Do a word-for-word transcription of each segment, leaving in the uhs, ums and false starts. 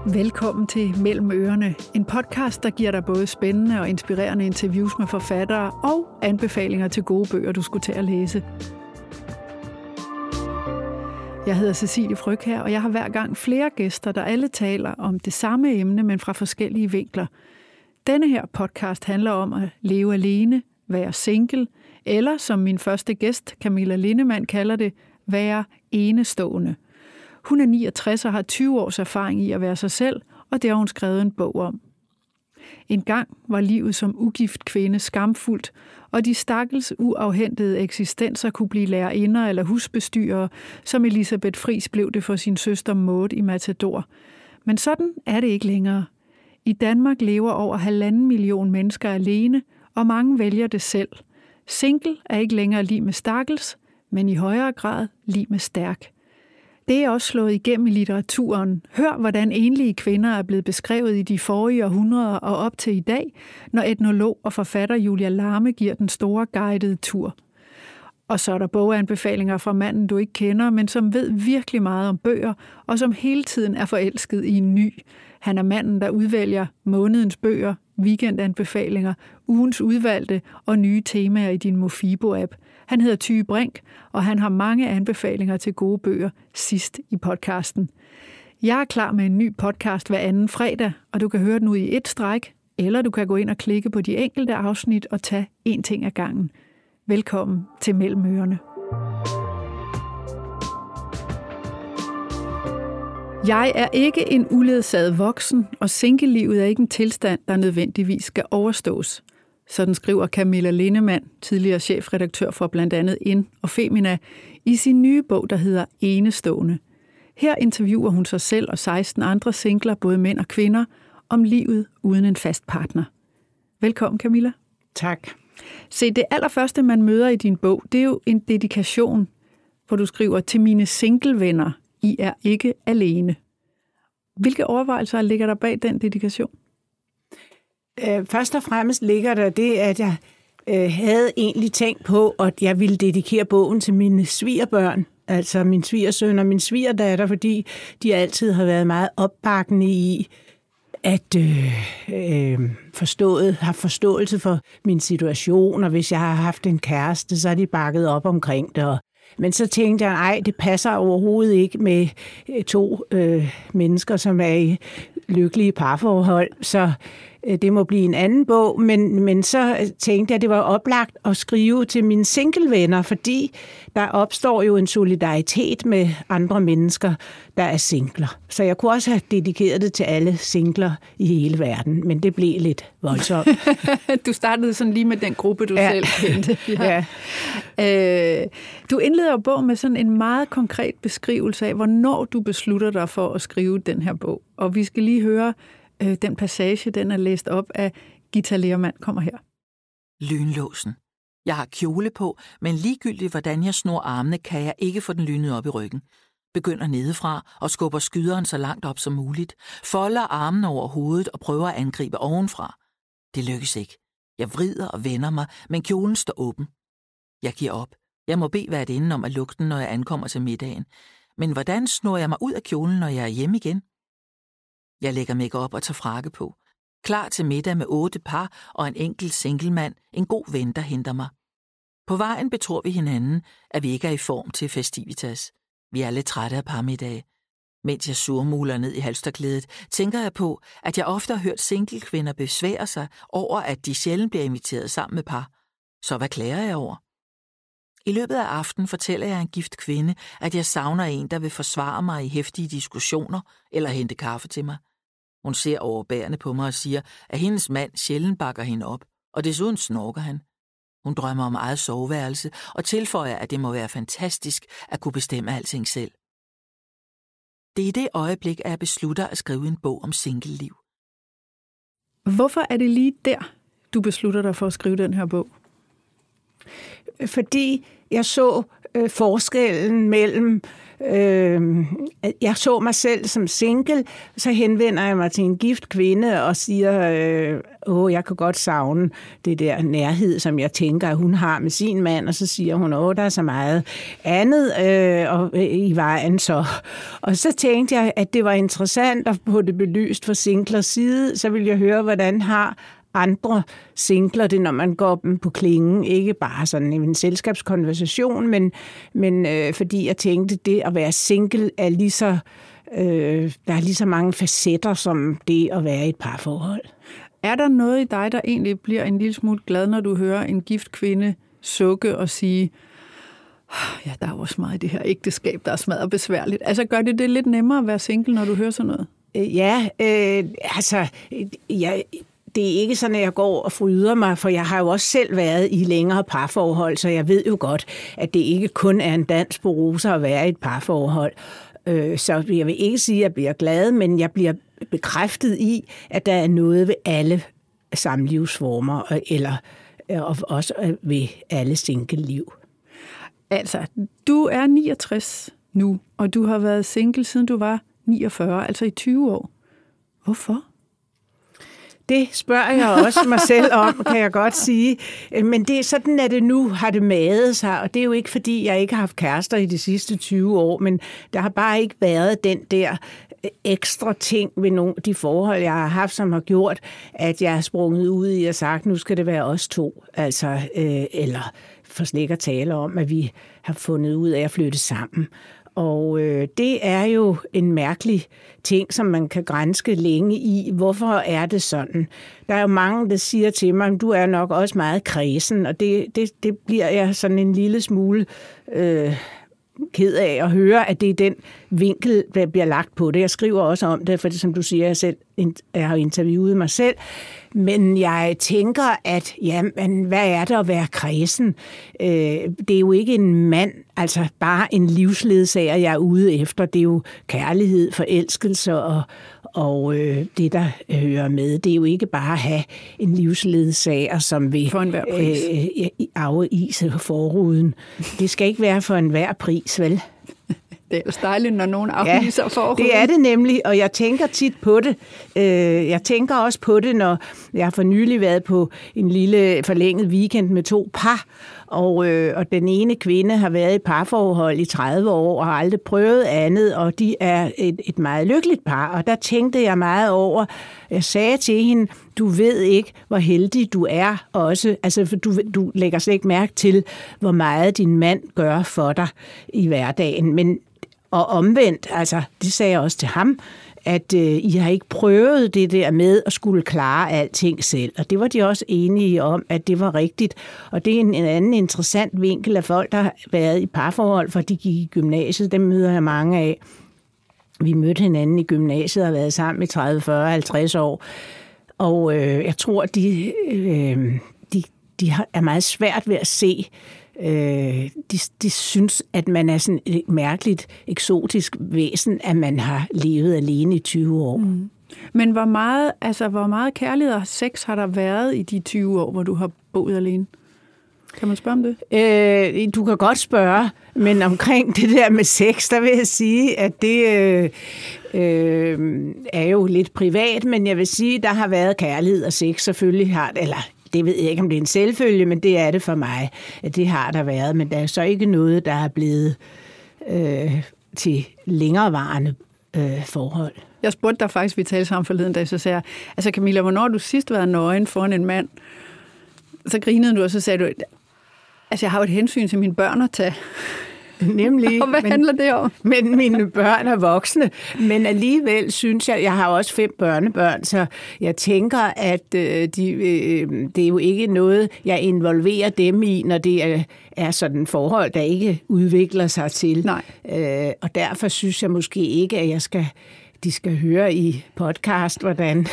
Velkommen til Mellem Ørerne, en podcast, der giver dig både spændende og inspirerende interviews med forfattere og anbefalinger til gode bøger, du skulle til at læse. Jeg hedder Cecilie Fryg her, og jeg har hver gang flere gæster, der alle taler om det samme emne, men fra forskellige vinkler. Denne her podcast handler om at leve alene, være single, eller som min første gæst, Camilla Lindemann, kalder det, være enestående. Hun er niogtres og har tyve års erfaring i at være sig selv, og det har hun skrevet en bog om. En gang var livet som ugift kvinde skamfuldt, og de stakkels uafhentede eksistenser kunne blive lærerinder eller husbestyrere, som Elisabeth Friis blev det for sin søster Maud i Matador. Men sådan er det ikke længere. I Danmark lever over halvanden million mennesker alene, og mange vælger det selv. Single er ikke længere lig med stakkels, men i højere grad lig med stærk. Det er også slået igennem i litteraturen. Hør, hvordan enlige kvinder er blevet beskrevet i de forrige århundreder og op til i dag, når etnolog og forfatter Julia Larme giver den store guidede tur. Og så er der boganbefalinger fra manden, du ikke kender, men som ved virkelig meget om bøger, og som hele tiden er forelsket i en ny. Han er manden, der udvælger månedens bøger, weekendanbefalinger, ugens udvalgte og nye temaer i din Mofibo-app. Han hedder Tyge Brink, og han har mange anbefalinger til gode bøger sidst i podcasten. Jeg er klar med en ny podcast hver anden fredag, og du kan høre den ud i et stræk, eller du kan gå ind og klikke på de enkelte afsnit og tage én ting ad gangen. Velkommen til Mellem Ørerne. Jeg er ikke en uledsaget voksen, og singlelivet er ikke en tilstand, der nødvendigvis skal overstås. Sådan skriver Camilla Lindemann, tidligere chefredaktør for blandt andet In og Femina, i sin nye bog, der hedder Enestående. Her interviewer hun sig selv og seksten andre singler, både mænd og kvinder, om livet uden en fast partner. Velkommen, Camilla. Tak. Se, det allerførste, man møder i din bog, det er jo en dedikation, hvor du skriver, til mine singlevenner, I er ikke alene. Hvilke overvejelser ligger der bag den dedikation? Først og fremmest ligger der det, at jeg øh, havde egentlig tænkt på, at jeg ville dedikere bogen til mine svigerbørn, altså min svigersøn og min svigerdatter, fordi de altid har været meget opbakkende i at øh, øh, forstået, har forståelse for min situation, og hvis jeg har haft en kæreste, så er de bakket op omkring det. Men så tænkte jeg, nej, det passer overhovedet ikke med to øh, mennesker, som er i lykkelige parforhold, så det må blive en anden bog, men, men så tænkte jeg, at det var oplagt at skrive til mine singlevenner, fordi der opstår jo en solidaritet med andre mennesker, der er singler. Så jeg kunne også have dedikeret det til alle singler i hele verden, men det blev lidt voldsomt. Du startede sådan lige med den gruppe, du ja. selv kendte. Ja. Ja. Øh, du indleder bogen med sådan en meget konkret beskrivelse af, hvornår du beslutter dig for at skrive den her bog. Og vi skal lige høre den passage, den er læst op af Gita Lehrmann, kommer her. Lynlåsen. Jeg har kjole på, men ligegyldigt hvordan jeg snor armene, kan jeg ikke få den lynet op i ryggen. Begynder nedefra og skubber skyderen så langt op som muligt, folder armene over hovedet og prøver at angribe ovenfra. Det lykkes ikke. Jeg vrider og vender mig, men kjolen står åben. Jeg giver op. Jeg må bede værtinden om at lukke den, når jeg ankommer til middagen. Men hvordan snor jeg mig ud af kjolen, når jeg er hjemme igen? Jeg lægger make-up og tager frakke på. Klar til middag med otte par og en enkelt singlemand, en god ven, der henter mig. På vejen betror vi hinanden, at vi ikke er i form til festivitas. Vi er lidt trætte af parmiddage. Mens jeg surmuler ned i halsterklædet, tænker jeg på, at jeg ofte har hørt singlekvinder besvære sig over, at de sjældent bliver inviteret sammen med par. Så hvad klager jeg over? I løbet af aftenen fortæller jeg en gift kvinde, at jeg savner en, der vil forsvare mig i heftige diskussioner eller hente kaffe til mig. Hun ser overbærende på mig og siger, at hendes mand sjældent bakker hende op, og desuden snorker han. Hun drømmer om eget soveværelse og tilføjer, at det må være fantastisk at kunne bestemme alting selv. Det er i det øjeblik, at jeg beslutter at skrive en bog om singleliv. Hvorfor er det lige der, du beslutter dig for at skrive den her bog? Fordi jeg så øh, forskellen mellem Øh, jeg så mig selv som single, så henvender jeg mig til en gift kvinde og siger, øh, åh, jeg kan godt savne det der nærhed, som jeg tænker, at hun har med sin mand, og så siger hun, åh, der er så meget andet øh, og, øh, i vejen så. Og så tænkte jeg, at det var interessant at få det belyst fra singlers side, så ville jeg høre, hvordan har andre singler det, når man går dem på klingen. Ikke bare sådan en selskabskonversation, men, men øh, fordi jeg tænkte, det at være single er lige så, øh, der er lige så mange facetter som det at være i et parforhold. Er der noget i dig, der egentlig bliver en lille smule glad, når du hører en gift kvinde sukke og sige, ja, der er også meget i det her ægteskab, der er smadret besværligt. Altså gør det det lidt nemmere at være single, når du hører sådan noget? Ja, øh, altså, jeg... Det er ikke sådan, at jeg går og fryder mig, for jeg har jo også selv været i længere parforhold, så jeg ved jo godt, at det ikke kun er en dans på roser at være i et parforhold. Så jeg vil ikke sige, at jeg bliver glad, men jeg bliver bekræftet i, at der er noget ved alle samlivsformer, eller også ved alle single-liv. Altså, du er niogtres nu, og du har været single siden du var niogfyrre, altså i tyve år. Hvorfor? Det spørger jeg også mig selv om, kan jeg godt sige. Men det er sådan, at det nu har det maget sig, og det er jo ikke, fordi jeg ikke har haft kærester i de sidste tyve år, men der har bare ikke været den der ekstra ting ved nogle af de forhold, jeg har haft, som har gjort, at jeg har sprunget ud i og sagt, nu skal det være os to. Altså, øh, eller for slet ikke at tale om, at vi har fundet ud af at flytte sammen. Og øh, det er jo en mærkelig ting, som man kan granske længe i. Hvorfor er det sådan? Der er jo mange, der siger til mig, at du er nok også meget kredsen, og det, det, det bliver jeg sådan en lille smule øh, ked af at høre, at det er den vinkel, der bliver lagt på det. Jeg skriver også om det, for det, som du siger, jeg, selv, jeg har interviewet mig selv. Men jeg tænker, at jamen, hvad er det at være kredsen? Øh, det er jo ikke en mand, altså bare en livsledsager, jeg er ude efter. Det er jo kærlighed, forelskelse og, og øh, det, der hører med. Det er jo ikke bare at have en livsledsager, som vil øh, afise forruden. Det skal ikke være for enhver pris, vel? Det er dejligt, når nogen afviser ja, forhuden. Det er det nemlig, og jeg tænker tit på det. Jeg tænker også på det, når jeg har for nylig været på en lille forlænget weekend med to par, og, øh, og den ene kvinde har været i parforhold i tredive år og har aldrig prøvet andet, og de er et, et meget lykkeligt par. Og der tænkte jeg meget over, jeg sagde til hende, du ved ikke, hvor heldig du er også. Altså, for du, du lægger slet ikke mærke til, hvor meget din mand gør for dig i hverdagen. Men, og omvendt, altså, det sagde jeg også til ham, at øh, I har ikke prøvet det der med at skulle klare alting selv. Og det var de også enige om, at det var rigtigt. Og det er en, en anden interessant vinkel af folk, der har været i parforhold, for de gik i gymnasiet. Dem møder jeg mange af. Vi mødte hinanden i gymnasiet og har været sammen i tredive, fyrre, halvtreds år. Og øh, jeg tror, de, øh, de, de er meget svært ved at se. Øh, de, de synes, at man er sådan et mærkeligt, eksotisk væsen, at man har levet alene i tyve år. Mm. Men hvor meget, altså, hvor meget kærlighed og sex har der været i de tyve år, hvor du har boet alene? Kan man spørge om det? Øh, du kan godt spørge, men omkring det der med sex, der vil jeg sige, at det øh, øh, er jo lidt privat, men jeg vil sige, der har været kærlighed og sex, selvfølgelig har det, eller det ved jeg ikke, om det er en selvfølge, men det er det for mig, at det har der været, men der er så ikke noget, der er blevet øh, til længerevarende øh, forhold. Jeg spurgte dig faktisk, vi talte sammen forleden dag, så sagde jeg, altså Camilla, hvornår har du sidst været nøgen foran en mand? Så grinede du, og så sagde du, altså jeg har jo et hensyn til mine børn at tage. Nemlig. Og hvad men, handler det om? Men mine børn er voksne, men alligevel synes jeg, jeg har også fem børnebørn, så jeg tænker, at øh, de, øh, det er jo ikke noget, jeg involverer dem i, når det er, er sådan et forhold, der ikke udvikler sig til. Nej. Øh, og derfor synes jeg måske ikke, at jeg skal de skal høre i podcast, hvordan.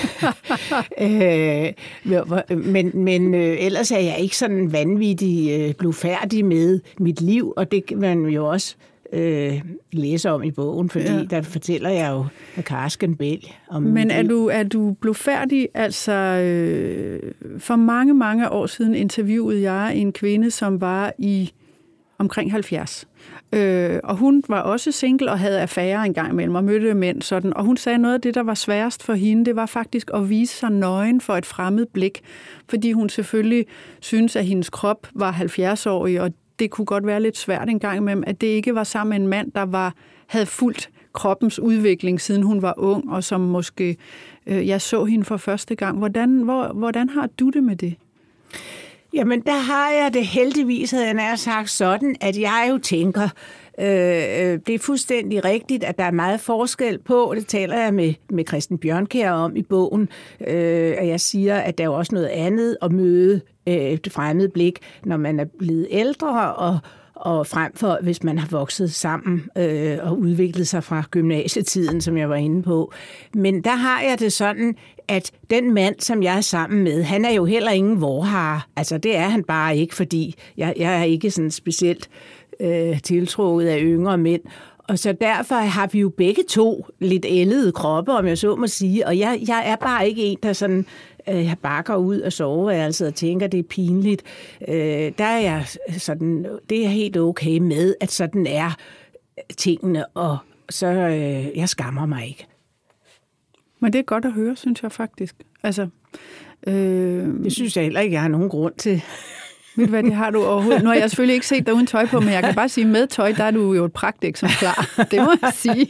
øh, men men øh, ellers er jeg ikke sådan vanvittig øh, blufærdig med mit liv, og det kan man jo også øh, læse om i bogen, fordi ja. Der fortæller jeg jo af Karsken Bell om. Men er du, er du blufærdig? Altså, øh, for mange, mange år siden interviewede jeg en kvinde, som var i omkring halvfjerds. Øh, og hun var også single og havde affærer en gang imellem og mødte mænd sådan. Og hun sagde, noget af det, der var sværest for hende, det var faktisk at vise sig nøgen for et fremmed blik. Fordi hun selvfølgelig synes, at hendes krop var halvfjerds-årig, og det kunne godt være lidt svært en gang imellem, at det ikke var sammen med en mand, der var, havde fulgt kroppens udvikling, siden hun var ung, og som måske, øh, jeg så hende for første gang. Hvordan, hvor, hvordan har du det med det? Jamen, der har jeg det heldigvis, havde jeg nær sagt sådan, at jeg jo tænker, øh, det er fuldstændig rigtigt, at der er meget forskel på, og det taler jeg med, med Christen Bjørnkjær om i bogen, øh, at jeg siger, at der er jo også noget andet at møde øh, det fremmede blik, når man er blevet ældre, og og frem for, hvis man har vokset sammen øh, og udviklet sig fra gymnasietiden, som jeg var inde på. Men der har jeg det sådan, at den mand, som jeg er sammen med, han er jo heller ingen vorhar. Altså, det er han bare ikke, fordi jeg, jeg er ikke sådan specielt øh, tiltrukket af yngre mænd. Og så derfor har vi jo begge to lidt ældede kroppe, om jeg så må sige. Og jeg, jeg er bare ikke en, der sådan... Jeg bare går ud og soveværelset og tænker, det er pinligt. Øh, der er jeg sådan, det er jeg helt okay med, at sådan er tingene, og så øh, jeg skammer mig ikke. Men det er godt at høre, synes jeg faktisk. Altså, øh... det synes jeg heller ikke, jeg har nogen grund til. Ved du hvad, det har du overhovedet. Nu har jeg selvfølgelig ikke set dig uden tøj på, men jeg kan bare sige, med tøj, der er du jo et pragteksemplar. Det må jeg sige.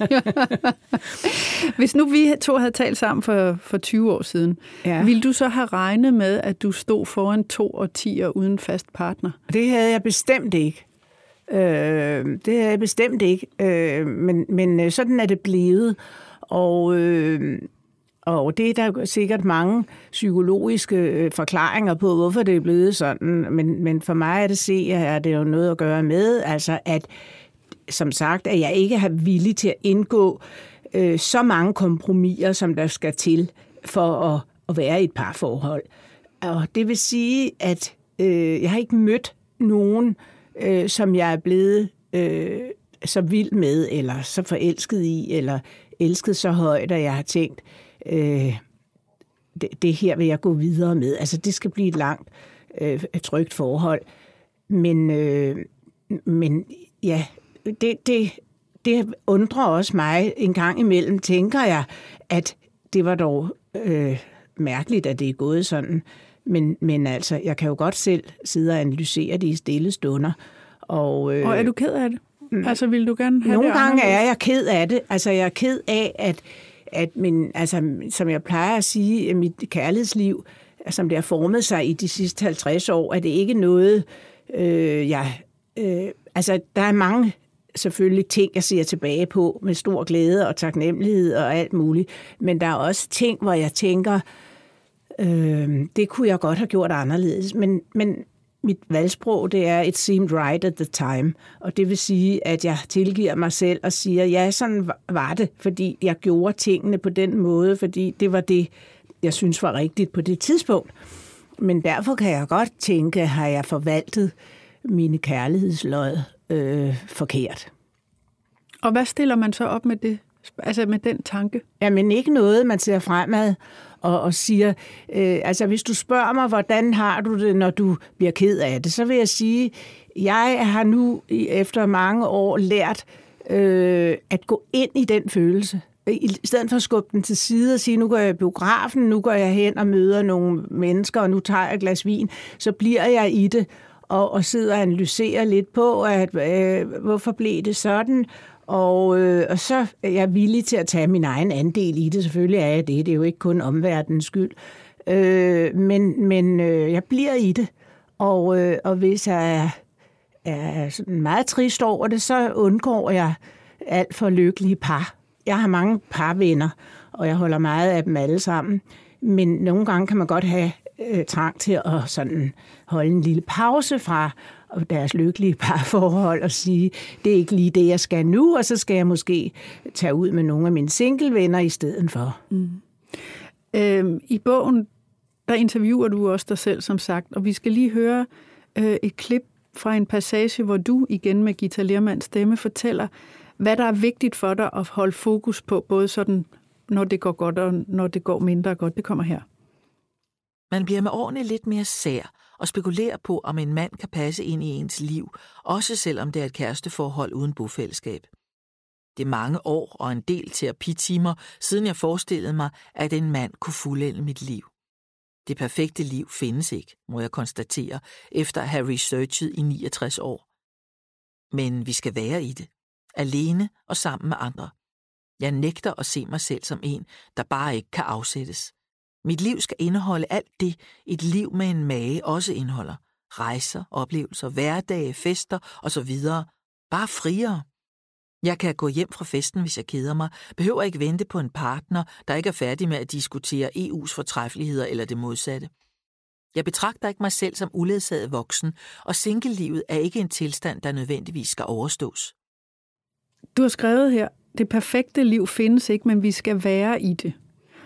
Hvis nu vi to havde talt sammen for, for tyve år siden, ja. Ville du så have regnet med, at du stod foran to årtier uden fast partner? Det havde jeg bestemt ikke. Øh, det havde jeg bestemt ikke. Øh, men, men sådan er det blevet. Og... Øh, Og det er der sikkert mange psykologiske forklaringer på, hvorfor det er blevet sådan. Men, men for mig er det se, at det jo noget at gøre med, altså at, som sagt, at jeg ikke har villig til at indgå øh, så mange kompromiser, som der skal til for at, at være i et parforhold. Og det vil sige, at øh, jeg har ikke mødt nogen, øh, som jeg er blevet øh, så vild med, eller så forelsket i, eller elsket så højt, at jeg har tænkt, Øh, det, det her vil jeg gå videre med. Altså, det skal blive et langt, øh, trygt forhold. Men, øh, men ja, det, det, det undrer også mig en gang imellem, tænker jeg, at det var dog øh, mærkeligt, at det er gået sådan. Men, men altså, jeg kan jo godt selv sidde og analysere det i stille stunder. Og, øh, og er du ked af det? Altså, vil du gerne have nogle det? Nogle gange er jeg ked af det. Altså, jeg er ked af, at at min, altså, som jeg plejer at sige, mit kærlighedsliv, som det har formet sig i de sidste halvtreds år, er det ikke noget, øh, jeg... Øh, altså, der er mange selvfølgelig ting, jeg ser tilbage på med stor glæde og taknemmelighed og alt muligt, men der er også ting, hvor jeg tænker, øh, det kunne jeg godt have gjort anderledes, men, men mit valgsprog, det er, it seemed right at the time. Og det vil sige, at jeg tilgiver mig selv og siger, ja, sådan var det, fordi jeg gjorde tingene på den måde, fordi det var det, jeg synes var rigtigt på det tidspunkt. Men derfor kan jeg godt tænke, har jeg forvaltet mine kærlighedslod øh, forkert. Og hvad stiller man så op med det? Altså med den tanke? Jamen ikke noget, man ser fremad og, og siger, øh, altså hvis du spørger mig, hvordan har du det, når du bliver ked af det, så vil jeg sige, jeg har nu efter mange år lært øh, at gå ind i den følelse. I stedet for at skubbe den til side og sige, nu går jeg i biografen, nu går jeg hen og møder nogle mennesker, og nu tager jeg et glas vin, så bliver jeg i det og, og sidder og analyserer lidt på, at øh, hvorfor blev det sådan. Og, øh, og så er jeg villig til at tage min egen andel i det. Selvfølgelig er jeg det. Det er jo ikke kun omverdenens skyld. Øh, men men øh, jeg bliver i det. Og, øh, og hvis jeg er, er sådan meget trist over det, så undgår jeg alt for lykkelige par. Jeg har mange parvenner, og jeg holder meget af dem alle sammen. Men nogle gange kan man godt have øh, trang til at sådan holde en lille pause fra og deres lykkelige parforhold og sige, det er ikke lige det, jeg skal nu, og så skal jeg måske tage ud med nogle af mine singlevenner i stedet for. Mm. Øhm, I bogen, der interviewer du også dig selv, som sagt, og vi skal lige høre øh, et klip fra en passage, hvor du igen med Githa Lehrmanns stemme fortæller, hvad der er vigtigt for dig at holde fokus på, både sådan, når det går godt og når det går mindre godt. Det kommer her. Man bliver med årene lidt mere sær og spekulere på, om en mand kan passe ind i ens liv, også selvom det er et kæresteforhold uden bofællesskab. Det er mange år og en del terapitimer, siden jeg forestillede mig, at en mand kunne fuldende mit liv. Det perfekte liv findes ikke, må jeg konstatere, efter at have researchet i niogtres år. Men vi skal være i det, alene og sammen med andre. Jeg nægter at se mig selv som en, der bare ikke kan afsættes. Mit liv skal indeholde alt det, et liv med en mage også indeholder. Rejser, oplevelser, hverdage, fester osv. Bare friere. Jeg kan gå hjem fra festen, hvis jeg keder mig, behøver ikke vente på en partner, der ikke er færdig med at diskutere E U's fortræffeligheder eller det modsatte. Jeg betragter ikke mig selv som uledsaget voksen, og singlelivet er ikke en tilstand, der nødvendigvis skal overstås. Du har skrevet her, det perfekte liv findes ikke, men vi skal være i det.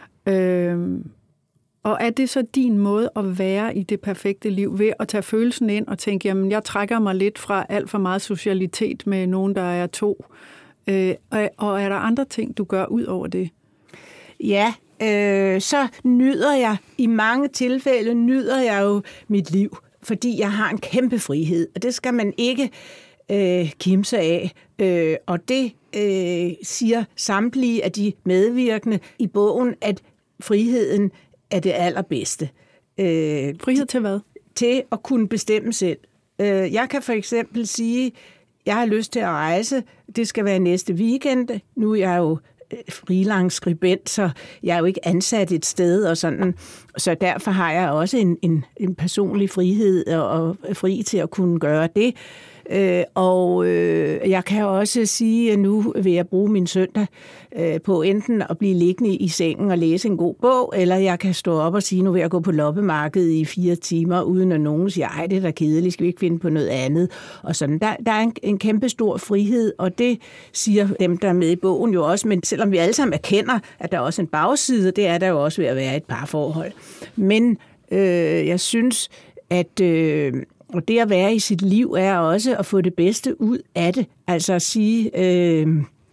Øhm, og er det så din måde at være i det perfekte liv, ved at tage følelsen ind og tænke, jamen jeg trækker mig lidt fra alt for meget socialitet med nogen, der er to. Øh, og, og er der andre ting, du gør ud over det? Ja, øh, så nyder jeg, i mange tilfælde nyder jeg jo mit liv, fordi jeg har en kæmpe frihed, og det skal man ikke øh, kimse af. Øh, og det øh, siger samtlige af de medvirkende i bogen, at friheden er det allerbedste. Øh, Frihed til hvad? Til at kunne bestemme selv. Øh, jeg kan for eksempel sige, jeg har lyst til at rejse, det skal være næste weekend. Nu er jeg jo freelance skribent, så jeg er jo ikke ansat et sted og sådan. Så derfor har jeg også en, en, en personlig frihed og, og fri til at kunne gøre det. Øh, og øh, jeg kan også sige, at nu vil jeg bruge min søndag øh, på enten at blive liggende i sengen og læse en god bog, eller jeg kan stå op og sige, nu vil jeg gå på loppemarkedet i fire timer, uden at nogen siger, ej, det er da kedeligt, skal vi ikke finde på noget andet? Og sådan. Der, der er en, en kæmpe stor frihed, og det siger dem, der er med i bogen jo også, men selvom vi alle sammen erkender, at der er også en bagside, det er der jo også ved at være et parforhold. Men øh, jeg synes, at øh, og det at være i sit liv er også at få det bedste ud af det. Altså at sige, øh,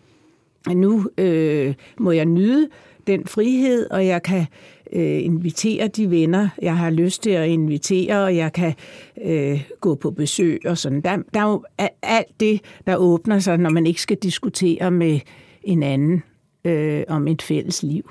nu øh, må jeg nyde den frihed, og jeg kan øh, invitere de venner, jeg har lyst til at invitere, og jeg kan øh, gå på besøg og sådan. Der, der er jo alt det, der åbner sig, når man ikke skal diskutere med en anden øh, om et fælles liv.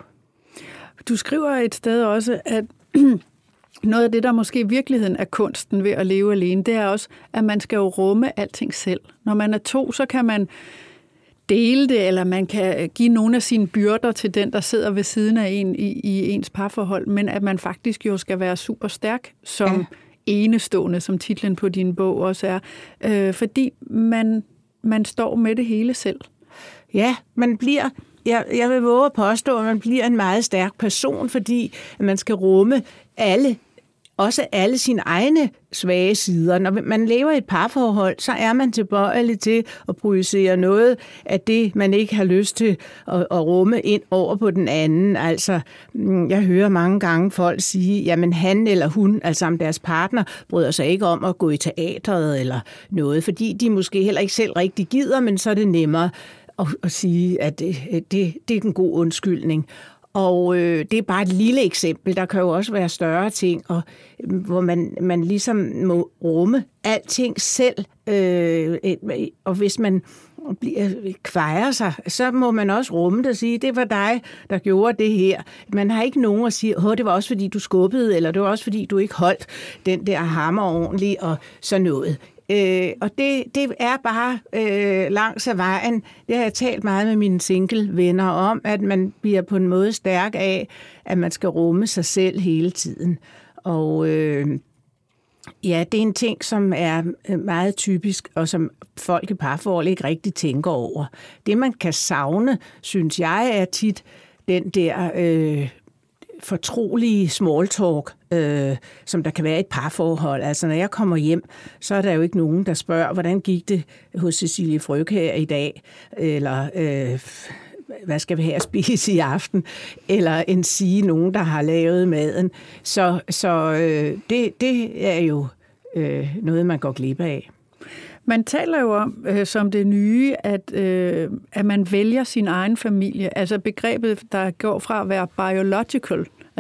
Du skriver et sted også, at noget af det, der måske i virkeligheden er kunsten ved at leve alene, det er også, at man skal jo rumme alting selv. Når man er to, så kan man dele det, eller man kan give nogle af sine byrder til den, der sidder ved siden af en i, i ens parforhold, men at man faktisk jo skal være super stærk som ja. enestående, som titlen på din bog også er, øh, fordi man, man står med det hele selv. Ja, man bliver... Jeg, jeg vil våge at påstå, at man bliver en meget stærk person, fordi man skal rumme alle, også alle sine egne svage sider. Når man lever i et parforhold, så er man tilbøjelig til at projicere noget af det, man ikke har lyst til at, at rumme ind over på den anden. Altså, jeg hører mange gange folk sige, jamen han eller hun, altså deres partner, bryder sig ikke om at gå i teatret eller noget, fordi de måske heller ikke selv rigtig gider, men så er det nemmere at sige, at det, det, det er en god undskyldning. Og øh, det er bare et lille eksempel. Der kan jo også være større ting, og, hvor man, man ligesom må rumme alting selv. Øh, og hvis man bliver, kvejer sig, så må man også rumme det og sige, det var dig, der gjorde det her. Man har ikke nogen at sige, åh, det var også fordi, du skubbede, eller det var også fordi, du ikke holdt den der hammer ordentligt, og sådan noget. Øh, og det, det er bare øh, langs ad vejen. Det har jeg talt meget med mine single-venner om, at man bliver på en måde stærk af, at man skal rumme sig selv hele tiden. Og øh, ja, det er en ting, som er meget typisk, og som folk i parforhold ikke rigtig tænker over. Det, man kan savne, synes jeg, er tit den der øh, fortrolige small talk, øh, som der kan være i et parforhold. Altså, når jeg kommer hjem, så er der jo ikke nogen, der spørger, hvordan gik det hos Cecilie Frøkjær i dag? Eller øh, hvad skal vi have at spise i aften? Eller en sige nogen, der har lavet maden. Så, så øh, det, det er jo øh, noget, man går glip af. Man taler jo om, øh, som det nye, at, øh, at man vælger sin egen familie. Altså begrebet, der går fra at være biological,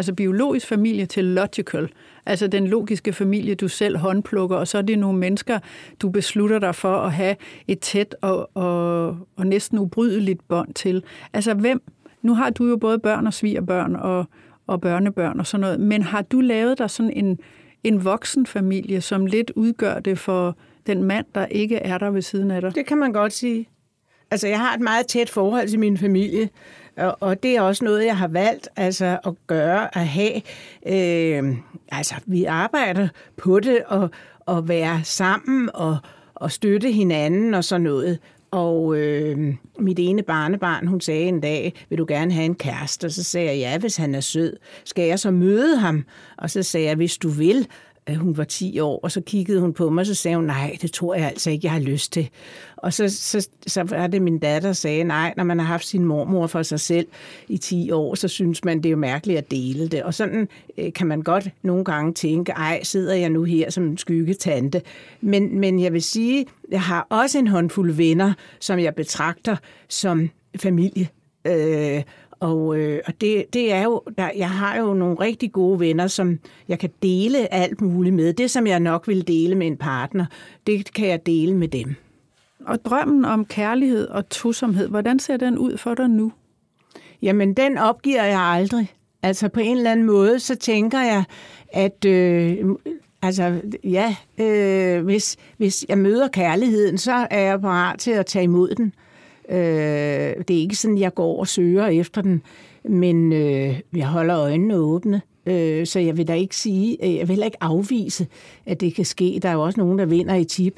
altså biologisk familie, til logical, altså den logiske familie, du selv håndplukker, og så er det nogle mennesker, du beslutter dig for at have et tæt og, og, og næsten ubrydeligt bånd til. Altså hvem, nu har du jo både børn og svigerbørn og, og børnebørn og sådan noget, men har du lavet dig sådan en, en voksen familie, som lidt udgør det for den mand, der ikke er der ved siden af dig? Det kan man godt sige. Altså, jeg har et meget tæt forhold til min familie, og, og det er også noget, jeg har valgt altså, at gøre, at have. Øh, altså, vi arbejder på det, og, og være sammen, og, og støtte hinanden, og sådan noget. Og øh, mit ene barnebarn, hun sagde en dag, vil du gerne have en kæreste? Og så sagde jeg, ja, hvis han er sød. Skal jeg så møde ham? Og så sagde jeg, hvis du vil. Hun var ti år, og så kiggede hun på mig, og så sagde hun, nej, det tror jeg altså ikke, jeg har lyst til. Og så, så, så var det min datter, der sagde, nej, når man har haft sin mormor for sig selv i ti år, så synes man, det er jo mærkeligt at dele det. Og sådan øh, kan man godt nogle gange tænke, ej, sidder jeg nu her som en skyggetante. Men, men jeg vil sige, jeg har også en håndfuld venner, som jeg betragter som familie. Øh, Og, øh, og det, det er jo, der, jeg har jo nogle rigtig gode venner, som jeg kan dele alt muligt med. Det, som jeg nok vil dele med en partner, det kan jeg dele med dem. Og drømmen om kærlighed og tosomhed, hvordan ser den ud for dig nu? Jamen, den opgiver jeg aldrig. Altså, på en eller anden måde, så tænker jeg, at øh, altså, ja, øh, hvis, hvis jeg møder kærligheden, så er jeg parat til at tage imod den. Det er ikke sådan, jeg går og søger efter den, men øh, jeg holder øjnene åbne, øh, så jeg vil da ikke sige, jeg vil heller ikke afvise, at det kan ske. Der er jo også nogen, der vinder i tip.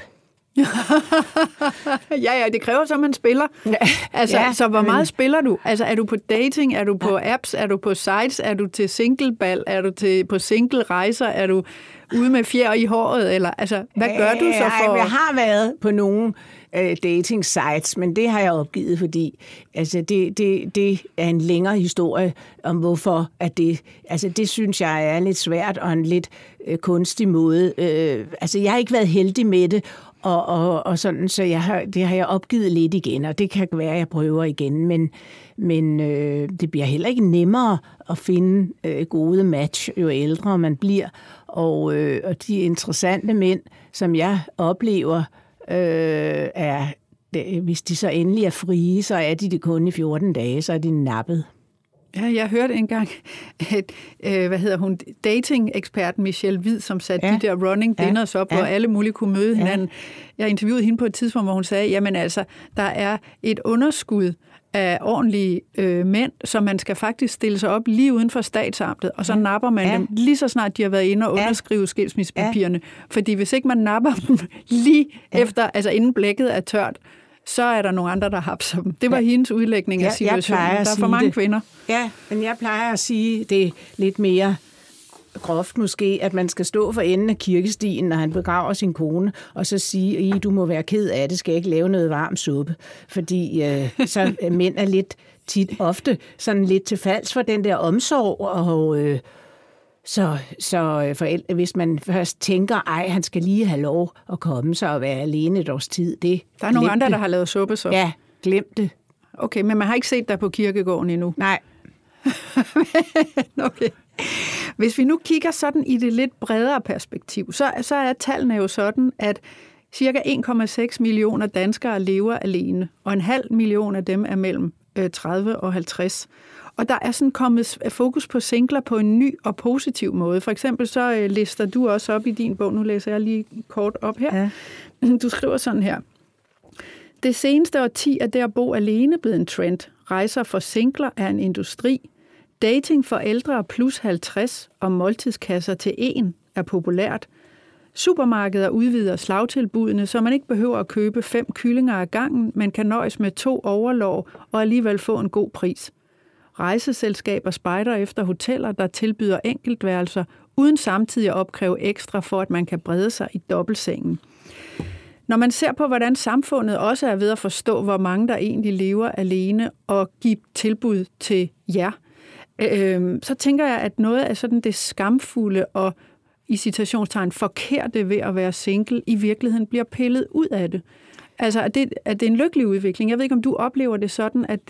ja, ja, det kræver så, at man spiller. Ja, altså, ja, så hvor meget men... spiller du? Altså, er du på dating? Er du på ja. apps? Er du på sites? Er du til singlebal? Er du til, på single-rejser? Er du ude med fjer i håret? Eller, altså, hvad gør du så for... Jeg har været på nogle øh, dating sites, men det har jeg opgivet, fordi altså, det, det, det er en længere historie om, hvorfor at det... Altså, det synes jeg er lidt svært og en lidt øh, kunstig måde. Øh, altså, jeg har ikke været heldig med det, Og, og, og sådan, så jeg har, det har jeg opgivet lidt igen, og det kan være, at jeg prøver igen, men, men øh, det bliver heller ikke nemmere at finde øh, gode match, jo ældre man bliver, og, øh, og de interessante mænd, som jeg oplever, øh, er, det, hvis de så endelig er frie, så er de det kun i fjorten dage, så er de nappet. Ja, jeg hørte engang, at, øh, hvad hedder hun, dating-eksperten Michelle Hvid, som satte ja. de der running dinners op, ja. hvor alle mulige kunne møde hinanden. Ja. Jeg interviewede hende på et tidspunkt, hvor hun sagde, jamen altså, der er et underskud af ordentlige øh, mænd, så man skal faktisk stille sig op lige uden for statsamtet, og så ja. napper man ja. dem lige så snart de har været inde og underskrive ja. skilsmissepapirerne. Ja. Fordi hvis ikke man napper dem lige ja. efter, altså inden blækket er tørt, så er der nogle andre, der hapser dem. Det var ja. hendes udlægning af ja, situationen. Der er for mange det. kvinder. Ja, men jeg plejer at sige det lidt mere groft måske, at man skal stå for enden af kirkestien, når han begraver sin kone, og så sige, I, du må være ked af det, skal jeg ikke lave noget varm suppe. Fordi øh, så mænd er lidt tit ofte sådan lidt til falds for den der omsorg, og øh, Så, så forældre, hvis man først tænker, ej, han skal lige have lov at komme sig og være alene et års tid, det der er nogle andre, det. der har lavet suppe, så. Ja, glem det. Okay, men man har ikke set dig på kirkegården endnu? Nej. Okay. Hvis vi nu kigger sådan i det lidt bredere perspektiv, så, så er tallene jo sådan, at cirka en komma seks millioner danskere lever alene, og en halv million af dem er mellem tredive og halvtreds. Og der er sådan kommet fokus på singler på en ny og positiv måde. For eksempel så lister du også op i din bog, nu læser jeg lige kort op her. Ja. Du skriver sådan her. Det seneste årti er det at bo alene blevet en trend. Rejser for singler er en industri. Dating for ældre plus halvtreds og måltidskasser til en er populært. Supermarkeder udvider slagtilbudene, så man ikke behøver at købe fem kyllinger ad gangen, men kan nøjes med to overlov og alligevel få en god pris. Rejseselskaber spejder efter hoteller, der tilbyder enkeltværelser, uden samtidig at opkræve ekstra for, at man kan brede sig i dobbeltsengen. Når man ser på, hvordan samfundet også er ved at forstå, hvor mange der egentlig lever alene og give tilbud til jer, øh, så tænker jeg, at noget af sådan det skamfulde og i citationstegn forkerte ved at være single i virkeligheden bliver pillet ud af det. Altså, er det, er det en lykkelig udvikling? Jeg ved ikke, om du oplever det sådan, at det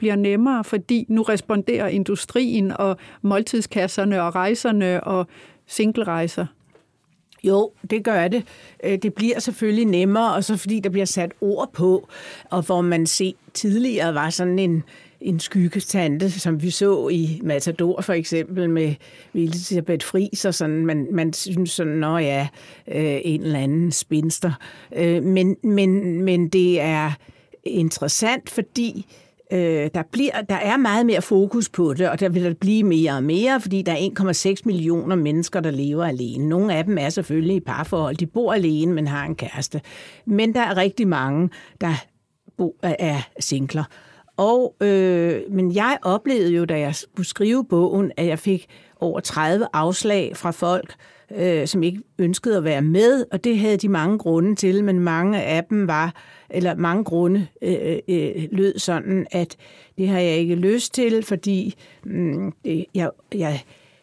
bliver nemmere, fordi nu responderer industrien og måltidskasserne og rejserne og singlerejser? Jo, det gør det. Det bliver selvfølgelig nemmere, og så fordi der bliver sat ord på, og hvor man se tidligere var sådan en, en skyggetante, som vi så i Matador for eksempel med Elisabeth Friis, og sådan, man, man synes sådan, nå ja, en eller anden spinster. Men, men, men det er interessant, fordi Øh, der, bliver, der er meget mere fokus på det, og der vil der blive mere og mere, fordi der er en komma seks millioner mennesker, der lever alene. Nogle af dem er selvfølgelig i parforhold. De bor alene, men har en kæreste. Men der er rigtig mange, der bo, er singler. Og, øh, men jeg oplevede jo, da jeg skulle skrive bogen, at jeg fik over tredive afslag fra folk, øh, som ikke ønskede at være med, og det havde de mange grunde til, men mange af dem var, eller mange grunde øh, øh, lød sådan, at det har jeg ikke lyst til, fordi øh, jeg, jeg,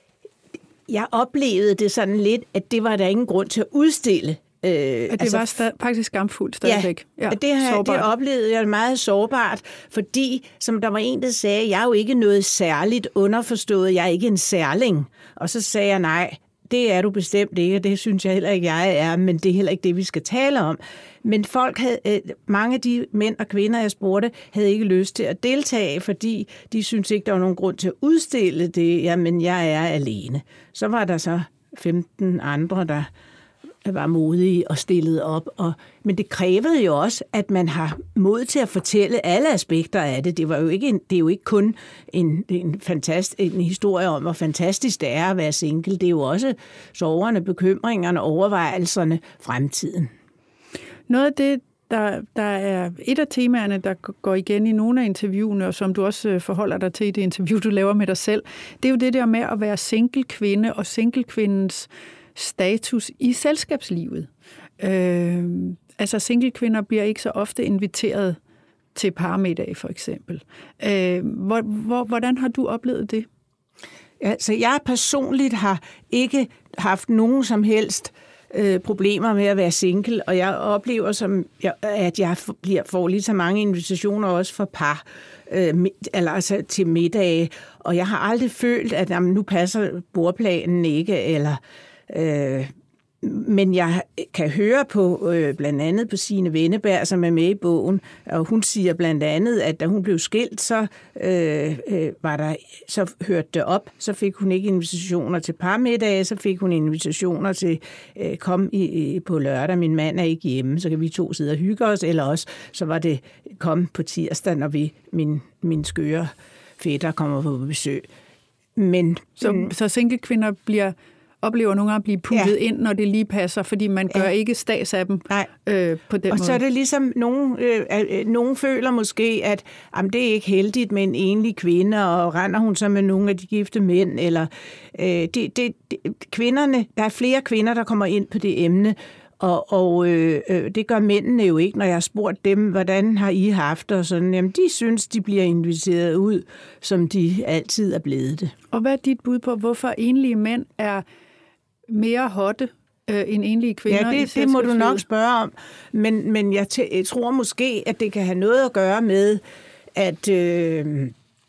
jeg oplevede det sådan lidt, at det var der ingen grund til at udstille. Øh, at det altså, var sta- faktisk skamfuldt stadigvæk. Ja, ja det, her, det oplevede jeg meget sårbart, fordi, som der var en, der sagde, jeg er jo ikke noget særligt underforstået, jeg er ikke en særling. Og så sagde jeg, nej, det er du bestemt ikke, og det synes jeg heller ikke, jeg er, men det er heller ikke det, vi skal tale om. Men folk havde, mange af de mænd og kvinder, jeg spurgte, havde ikke lyst til at deltage, fordi de syntes ikke, der var nogen grund til at udstille det, jamen jeg er alene. Så var der så femten andre, der var modige og stillede op. Og, men det krævede jo også, at man har mod til at fortælle alle aspekter af det. Det, var jo ikke en, det er jo ikke kun en, en, fantast, en historie om, hvor fantastisk det er at være single. Det er jo også sorgerne, bekymringerne, overvejelserne, fremtiden. Noget af det, der, der er et af temaerne, der går igen i nogle af interviewene, og som du også forholder dig til i det interview, du laver med dig selv, det er jo det der med at være single kvinde og single kvindens status i selskabslivet. Øh, altså single-kvinder bliver ikke så ofte inviteret til parmiddag, for eksempel. Øh, hvor, hvor, hvordan har du oplevet det? Altså, jeg personligt har ikke haft nogen som helst øh, problemer med at være single, og jeg oplever, som, jeg, at jeg bliver, får lige så mange invitationer også for par, øh, eller altså til middage, og jeg har aldrig følt, at jamen, nu passer bordplanen ikke, eller Øh, men jeg kan høre på øh, blandt andet på Signe Wenneberg, som er med i bogen, og hun siger blandt andet, at da hun blev skilt, så øh, øh, var der, så hørte det op, så fik hun ikke invitationer til parmiddage, så fik hun invitationer til øh, kom i, i, på lørdag, min mand er ikke hjemme, så kan vi to sidde og hygge os, eller også så var det kom på tirsdag, når vi min min skøre fætter kommer på besøg. Men så, mm, så single kvinder bliver oplever nogle gange at blive puttet ja. ind, når det lige passer, fordi man gør ja. ikke stas af dem øh, på den og måde. Så er det ligesom, nogen, øh, nogen føler måske, at jamen, det er ikke heldigt med en enlig kvinde, og render hun så med nogle af de gifte mænd, eller øh, det, det, det, kvinderne, der er flere kvinder, der kommer ind på det emne, og, og øh, det gør mændene jo ikke, når jeg har spurgt dem, hvordan har I haft og sådan, jamen de synes, de bliver inviteret ud, som de altid er blevet det. Og hvad er dit bud på, hvorfor enlige mænd er mere hotte øh, end enlige kvinder? Ja, det, det må du nok spørge om. Men, men jeg, t- jeg tror måske, at det kan have noget at gøre med, at, øh,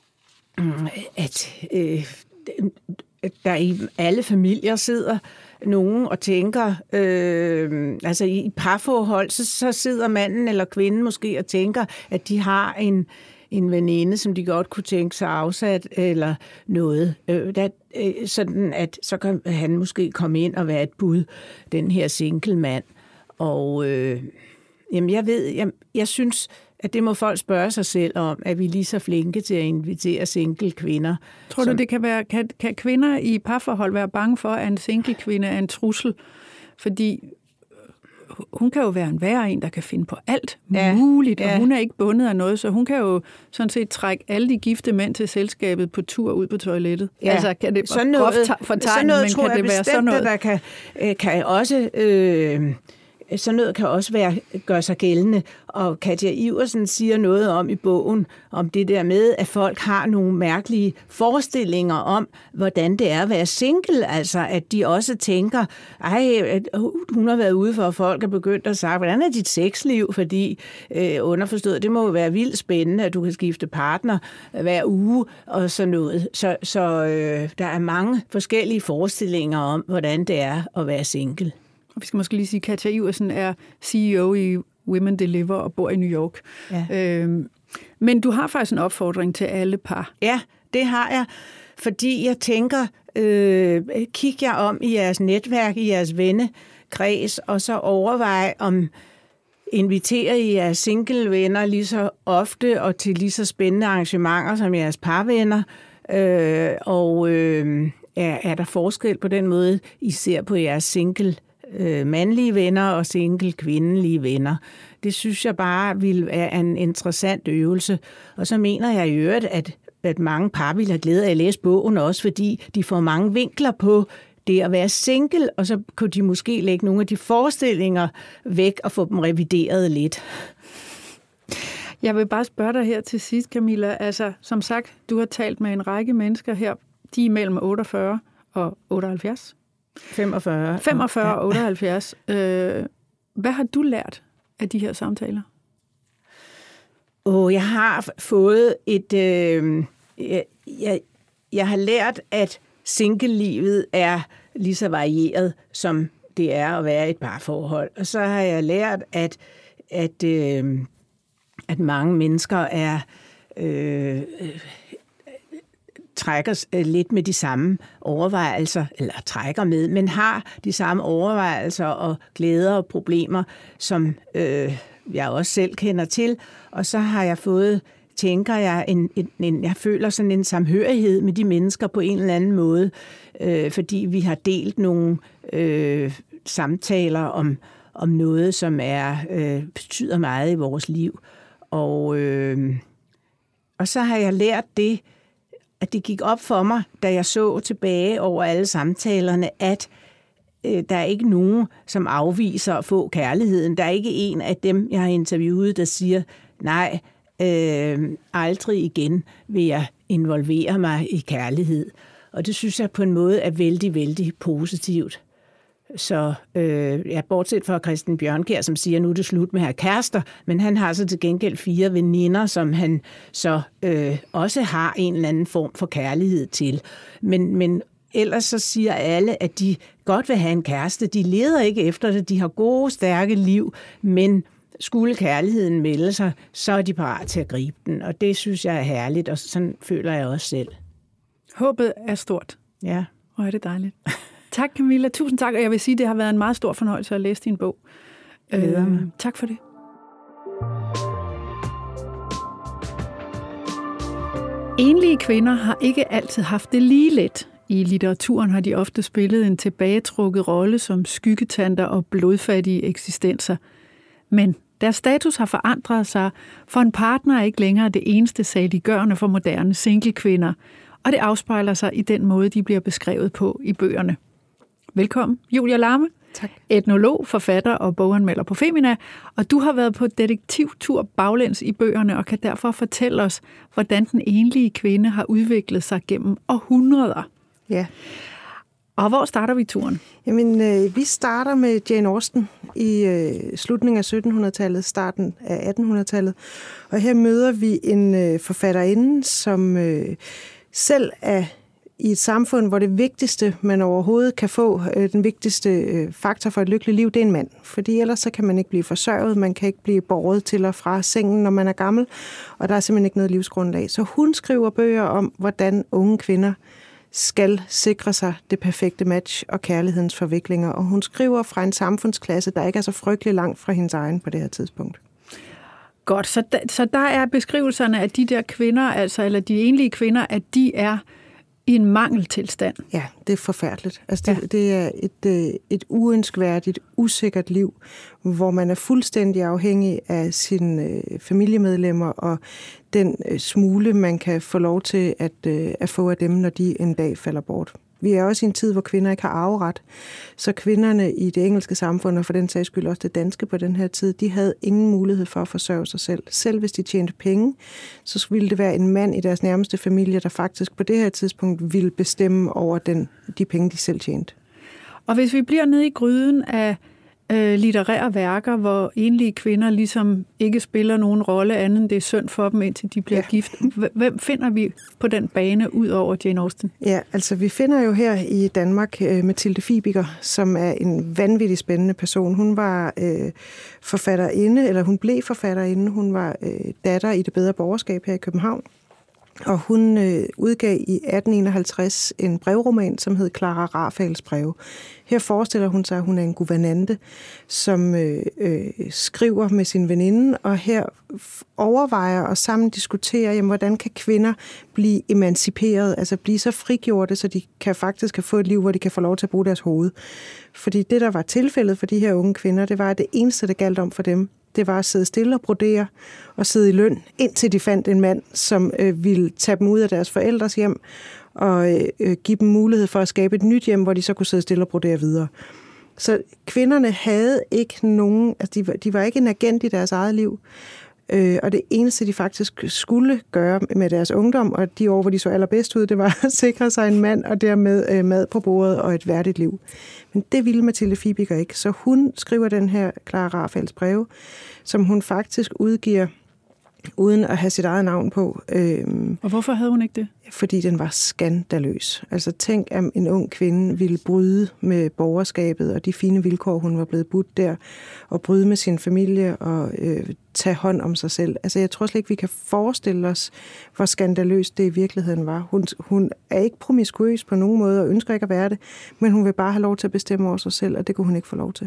at, øh, at der i alle familier sidder nogen og tænker, øh, altså i parforhold, så, så sidder manden eller kvinden måske og tænker, at de har en en veninde, som de godt kunne tænke sig afsat, eller noget. Øh, der, øh, sådan at så kan han måske komme ind og være et bud, den her single mand. Og øh, jamen jeg ved, jeg, jeg synes, at det må folk spørge sig selv om, at vi er lige så flinke til at invitere single kvinder. Tror du, som, det kan være, kan, kan kvinder i parforhold være bange for, at en single kvinde er en trussel? Fordi hun kan jo være en værre en, der kan finde på alt ja, muligt, og ja. hun er ikke bundet af noget, så hun kan jo sådan set trække alle de gifte mænd til selskabet på tur ud på toilettet. Ja. Altså, kan det sådan noget, fortegnet, sådan noget men tror kan jeg det være bestemt, sådan noget? Der kan, kan også øh, sådan noget kan også være, gøre sig gældende. Og Katja Iversen siger noget om i bogen, om det der med, at folk har nogle mærkelige forestillinger om, hvordan det er at være single. Altså, at de også tænker, ej, hun har været ude for, at folk er begyndt at sige, hvordan er dit sexliv? Fordi øh, underforstået, det må jo være vildt spændende, at du kan skifte partner hver uge og sådan noget. Så, så øh, der er mange forskellige forestillinger om, hvordan det er at være single. Vi skal måske lige sige, at Katja Iversen er C E O i Women Deliver og bor i New York. Ja. Øhm, men du har faktisk en opfordring til alle par. Ja, det har jeg, fordi jeg tænker, øh, kig jer om i jeres netværk, i jeres vennekreds, og så overvej, om inviterer I jeres single-venner lige så ofte og til lige så spændende arrangementer som jeres parvenner. Øh, og øh, er, er der forskel på den måde, I ser på jeres single øh, mandlige venner og single kvindelige venner? Det synes jeg bare vil være en interessant øvelse. Og så mener jeg i øvrigt, at, at mange par vil have glæde af at læse bogen også, fordi de får mange vinkler på det at være single, og så kunne de måske lægge nogle af de forestillinger væk og få dem revideret lidt. Jeg vil bare spørge dig her til sidst, Camilla. Altså, som sagt, du har talt med en række mennesker her. De er mellem otteogfyrre og otteoghalvfjerds. femogfyrre. femogfyrre og otteoghalvfjerds. Øh, hvad har du lært af de her samtaler? Oh, jeg har fået et... Øh, jeg, jeg, jeg har lært, at single-livet er lige så varieret, som det er at være i et parforhold. Og så har jeg lært, at, at, øh, at mange mennesker er øh, trækker lidt med de samme overvejelser, eller trækker med, men har de samme overvejelser og glæder og problemer, som øh, jeg også selv kender til. Og så har jeg fået, tænker jeg, en, en, en, jeg føler sådan en samhørighed med de mennesker på en eller anden måde, øh, fordi vi har delt nogle øh, samtaler om, om noget, som er øh, betyder meget i vores liv. Og, øh, og så har jeg lært det, at det gik op for mig, da jeg så tilbage over alle samtalerne, at øh, der er ikke nogen, som afviser at få kærligheden. Der er ikke en af dem, jeg har interviewet, der siger, nej, øh, aldrig igen vil jeg involvere mig i kærlighed. Og det synes jeg på en måde er vældig, vældig positivt. Så øh, ja, bortset fra Christian Bjørnkjær, som siger, nu er det slut med at have kærester, men han har så til gengæld fire veninder, som han så øh, også har en eller anden form for kærlighed til. Men, men ellers så siger alle, at de godt vil have en kæreste. De leder ikke efter det, de har gode, stærke liv, men skulle kærligheden melde sig, så er de parat til at gribe den. Og det synes jeg er herligt, og sådan føler jeg også selv. Håbet er stort. Ja. Og er det dejligt. Tak, Camilla. Tusind tak, og jeg vil sige, at det har været en meget stor fornøjelse at læse din bog. Øh, tak for det. Enlige kvinder har ikke altid haft det lige let. I litteraturen har de ofte spillet en tilbagetrukket rolle som skyggetanter og blodfattige eksistenser. Men deres status har forandret sig, for en partner er ikke længere det eneste saliggørende for moderne singlekvinder, og det afspejler sig i den måde, de bliver beskrevet på i bøgerne. Velkommen, Julia Larme. Tak. Etnolog, forfatter og boganmelder på Femina, og du har været på detektivtur baglæns i bøgerne og kan derfor fortælle os, hvordan den enlige kvinde har udviklet sig gennem århundreder. Ja. Og hvor starter vi turen? Jamen, øh, vi starter med Jane Austen i øh, slutningen af syttenhundredetallet, starten af attenhundredetallet. Og her møder vi en øh, forfatterinde, som øh, selv er i et samfund, hvor det vigtigste, man overhovedet kan få, øh, den vigtigste øh, faktor for et lykkeligt liv, det er en mand. Fordi ellers så kan man ikke blive forsørget, man kan ikke blive båret til og fra sengen, når man er gammel, og der er simpelthen ikke noget livsgrundlag. Så hun skriver bøger om, hvordan unge kvinder skal sikre sig det perfekte match og kærlighedens forviklinger. Og hun skriver fra en samfundsklasse, der ikke er så frygtelig langt fra hendes egen på det her tidspunkt. Godt, så der, så der er beskrivelserne af de der kvinder, altså, eller de enlige kvinder, at de er i en mangeltilstand. Ja, det er forfærdeligt. Altså, det, ja. det er et, et uønskværdigt, usikkert liv, hvor man er fuldstændig afhængig af sine familiemedlemmer og den smule, man kan få lov til at, at få af dem, når de en dag falder bort. vi er også i en tid, hvor kvinder ikke har arveret. Så kvinderne i det engelske samfund, og for den sags skyld også det danske på den her tid, de havde ingen mulighed for at forsørge sig selv. Selv hvis de tjente penge, så ville det være en mand i deres nærmeste familie, der faktisk på det her tidspunkt ville bestemme over den, de penge, de selv tjente. Og hvis vi bliver nede i gryden af øh, litterære værker, hvor enlige kvinder ligesom ikke spiller nogen rolle andet end det er synd for dem, indtil de bliver ja. gift. Hvem finder vi på den bane ud over Jane Austen? Ja, altså vi finder jo her i Danmark øh, Mathilde Fibiger, som er en vanvittig spændende person. Hun var øh, forfatterinde, eller hun blev forfatterinde. Hun var øh, datter i Det Bedre Borgerskab her i København. Og hun øh, udgav i atten enoghalvtreds en brevroman, som hed Clara Rafaels breve. Her forestiller hun sig, at hun er en guvernante, som øh, øh, skriver med sin veninde, og her overvejer og sammen diskuterer, jamen, hvordan kan kvinder blive emanciperet, altså blive så frigjorte, så de kan faktisk kan få et liv, hvor de kan få lov til at bruge deres hoved. Fordi det, der var tilfældet for de her unge kvinder, det var, at det eneste, det galt om for dem, det var at sidde stille og brodere og sidde i løn, indtil de fandt en mand, som øh, ville tage dem ud af deres forældres hjem og øh, give dem mulighed for at skabe et nyt hjem, hvor de så kunne sidde stille og brodere videre. Så kvinderne havde ikke nogen, altså de var, de var ikke en agent i deres eget liv, øh, og det eneste, de faktisk skulle gøre med deres ungdom, og de år, hvor de så allerbedst ud, det var at sikre sig en mand, og dermed øh, mad på bordet og et værdigt liv. Men det ville Mathilde Fibiger ikke, så hun skriver den her Clara Rafaels breve, som hun faktisk udgiver uden at have sit eget navn på. Øhm, og hvorfor havde hun ikke det? Fordi den var skandaløs. Altså tænk, at en ung kvinde ville bryde med borgerskabet og de fine vilkår, hun var blevet budt der, og bryde med sin familie og øh, tage hånd om sig selv. Altså jeg tror slet ikke, vi kan forestille os, hvor skandaløst det i virkeligheden var. Hun, hun er ikke promiskuøs på nogen måde og ønsker ikke at være det, men hun vil bare have lov til at bestemme over sig selv, og det kunne hun ikke få lov til.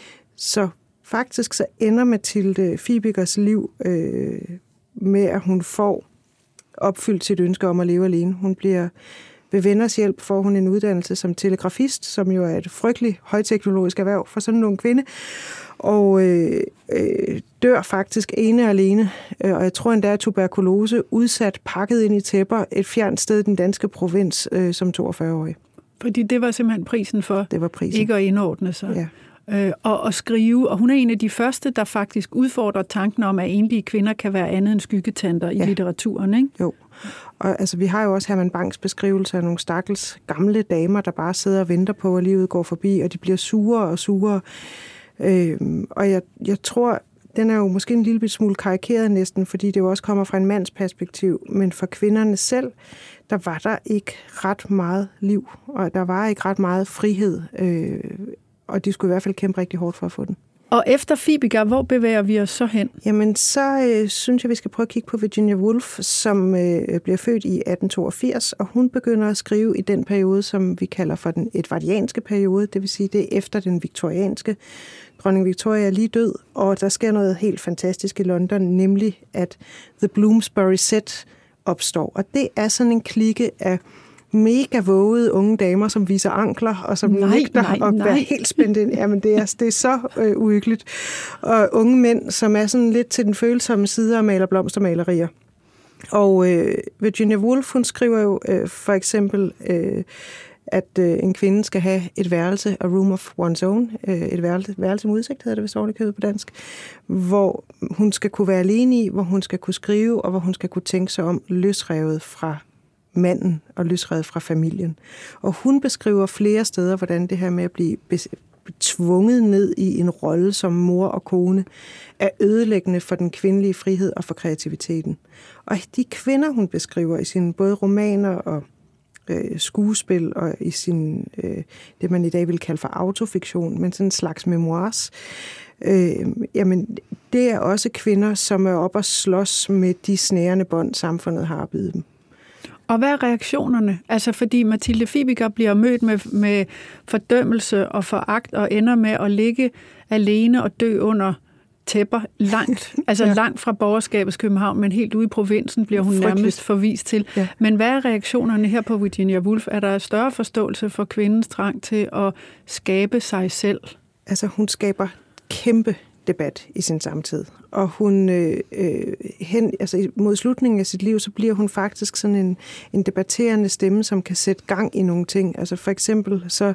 Så faktisk så ender Mathilde Fibigers liv øh, med, at hun får opfyldt sit ønske om at leve alene. Hun bliver ved venners hjælp, får hun en uddannelse som telegrafist, som jo er et frygteligt højteknologisk erhverv for sådan nogle kvinde, og øh, øh, dør faktisk ene og alene, øh, og jeg tror endda er tuberkulose, udsat, pakket ind i tæpper, et fjernt sted i den danske provins øh, som toogfyrre-årig. Fordi det var simpelthen prisen for det var prisen. Ikke at indordne sig. Ja. Øh, og, og skrive, og hun er en af de første, der faktisk udfordrer tanken om, at enlige kvinder kan være andet end skyggetanter i ja. litteraturen, ikke? Jo, og altså, vi har jo også Herman Bangs beskrivelse af nogle stakkels gamle damer, der bare sidder og venter på, at livet går forbi, og de bliver sure og sure. Øh, og jeg, jeg tror, den er jo måske en lille smule karikeret næsten, fordi det jo også kommer fra en mands perspektiv, men for kvinderne selv, der var der ikke ret meget liv, og der var ikke ret meget frihed, øh, og de skulle i hvert fald kæmpe rigtig hårdt for at få den. Og efter Fibiger, hvor bevæger vi os så hen? Jamen, så øh, synes jeg, vi skal prøve at kigge på Virginia Woolf, som øh, bliver født i atten toogfirs, og hun begynder at skrive i den periode, som vi kalder for den edvardianske periode, det vil sige, det er efter den viktorianske. Dronning Victoria er lige død, og der sker noget helt fantastisk i London, nemlig at The Bloomsbury Set opstår. Og det er sådan en klikke af mega vågede unge damer, som viser ankler, og som nej, nægter nej, at nej. være helt spændt ind. Jamen, det er, det er så øh, uhyggeligt. Og unge mænd, som er sådan lidt til den følsomme side og maler blomstermalerier. Og øh, Virginia Woolf, hun skriver jo øh, for eksempel, øh, at øh, en kvinde skal have et værelse, a room of one's own, øh, et værelse, værelse med udsigt, hedder det vist ordentligt på dansk, hvor hun skal kunne være alene i, hvor hun skal kunne skrive, og hvor hun skal kunne tænke sig om løsrevet fra manden og løsrevet fra familien. Og hun beskriver flere steder, hvordan det her med at blive tvunget ned i en rolle som mor og kone er ødelæggende for den kvindelige frihed og for kreativiteten. Og de kvinder, hun beskriver i sine både romaner og øh, skuespil og i sin, øh, det man i dag vil kalde for autofiktion, men sådan en slags memoirs, øh, jamen det er også kvinder, som er oppe og slås med de snærende bånd, samfundet har at byde dem. Og hvad er reaktionerne? Altså fordi Mathilde Fibiger bliver mødt med, med fordømmelse og foragt og ender med at ligge alene og dø under tæpper langt, altså ja. langt fra borgerskabets København, men helt ude i provinsen bliver hun Frygteligt. nærmest forvist til. Ja. Men hvad er reaktionerne her på Virginia Woolf? Er der større forståelse for kvindens trang til at skabe sig selv? Altså hun skaber kæmpe debat i sin samtid. Og hun, øh, hen, altså mod slutningen af sit liv, så bliver hun faktisk sådan en, en debatterende stemme, som kan sætte gang i nogle ting. Altså for eksempel så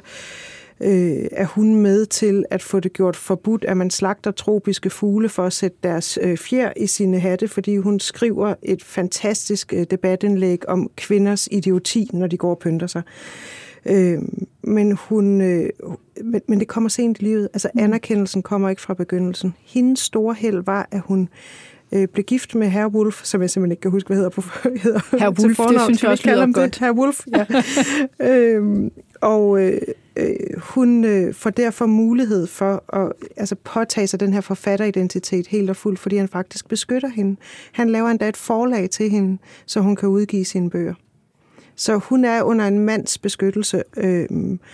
øh, er hun med til at få det gjort forbudt, at man slagter tropiske fugle for at sætte deres øh, fjer i sine hatte, fordi hun skriver et fantastisk øh, debatindlæg om kvinders idioti, når de går og pynter sig. Øh, men, hun, øh, men, men det kommer sent i livet. Altså anerkendelsen kommer ikke fra begyndelsen. Hendes store held var, at hun øh, blev gift med herr Wolf, som jeg simpelthen ikke kan huske, hvad hedder på hedder herr Wolf, det synes jeg også lyder godt. Herr Wolf, ja. øh, og øh, øh, hun øh, får derfor mulighed for at altså, påtage sig den her forfatteridentitet helt og fuldt, fordi han faktisk beskytter hende. Han laver endda et forlag til hende, så hun kan udgive sine bøger. Så hun er under en mands beskyttelse, øh,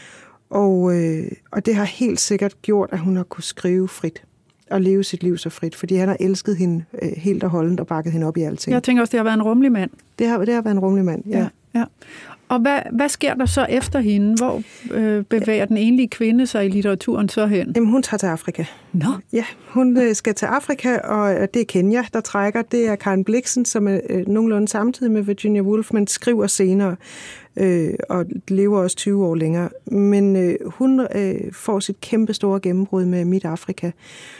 og, øh, og det har helt sikkert gjort, at hun har kunne skrive frit og leve sit liv så frit, fordi han har elsket hende øh, helt og holdent og bakket hende op i alting. Jeg tænker også, det har været en rummelig mand. Det har, det har været en rummelig mand, ja. ja, ja. Og hvad, hvad sker der så efter hende? Hvor øh, bevæger den enlige kvinde sig i litteraturen så hen? Jamen, hun tager til Afrika. Nå? Ja, hun øh, skal til Afrika, og det er Kenya, der trækker. Det er Karen Blixen, som er øh, nogenlunde samtidig med Virginia Woolf, men skriver senere øh, og lever også tyve år længere. Men øh, hun øh, får sit kæmpe store gennembrud med Mit Afrika,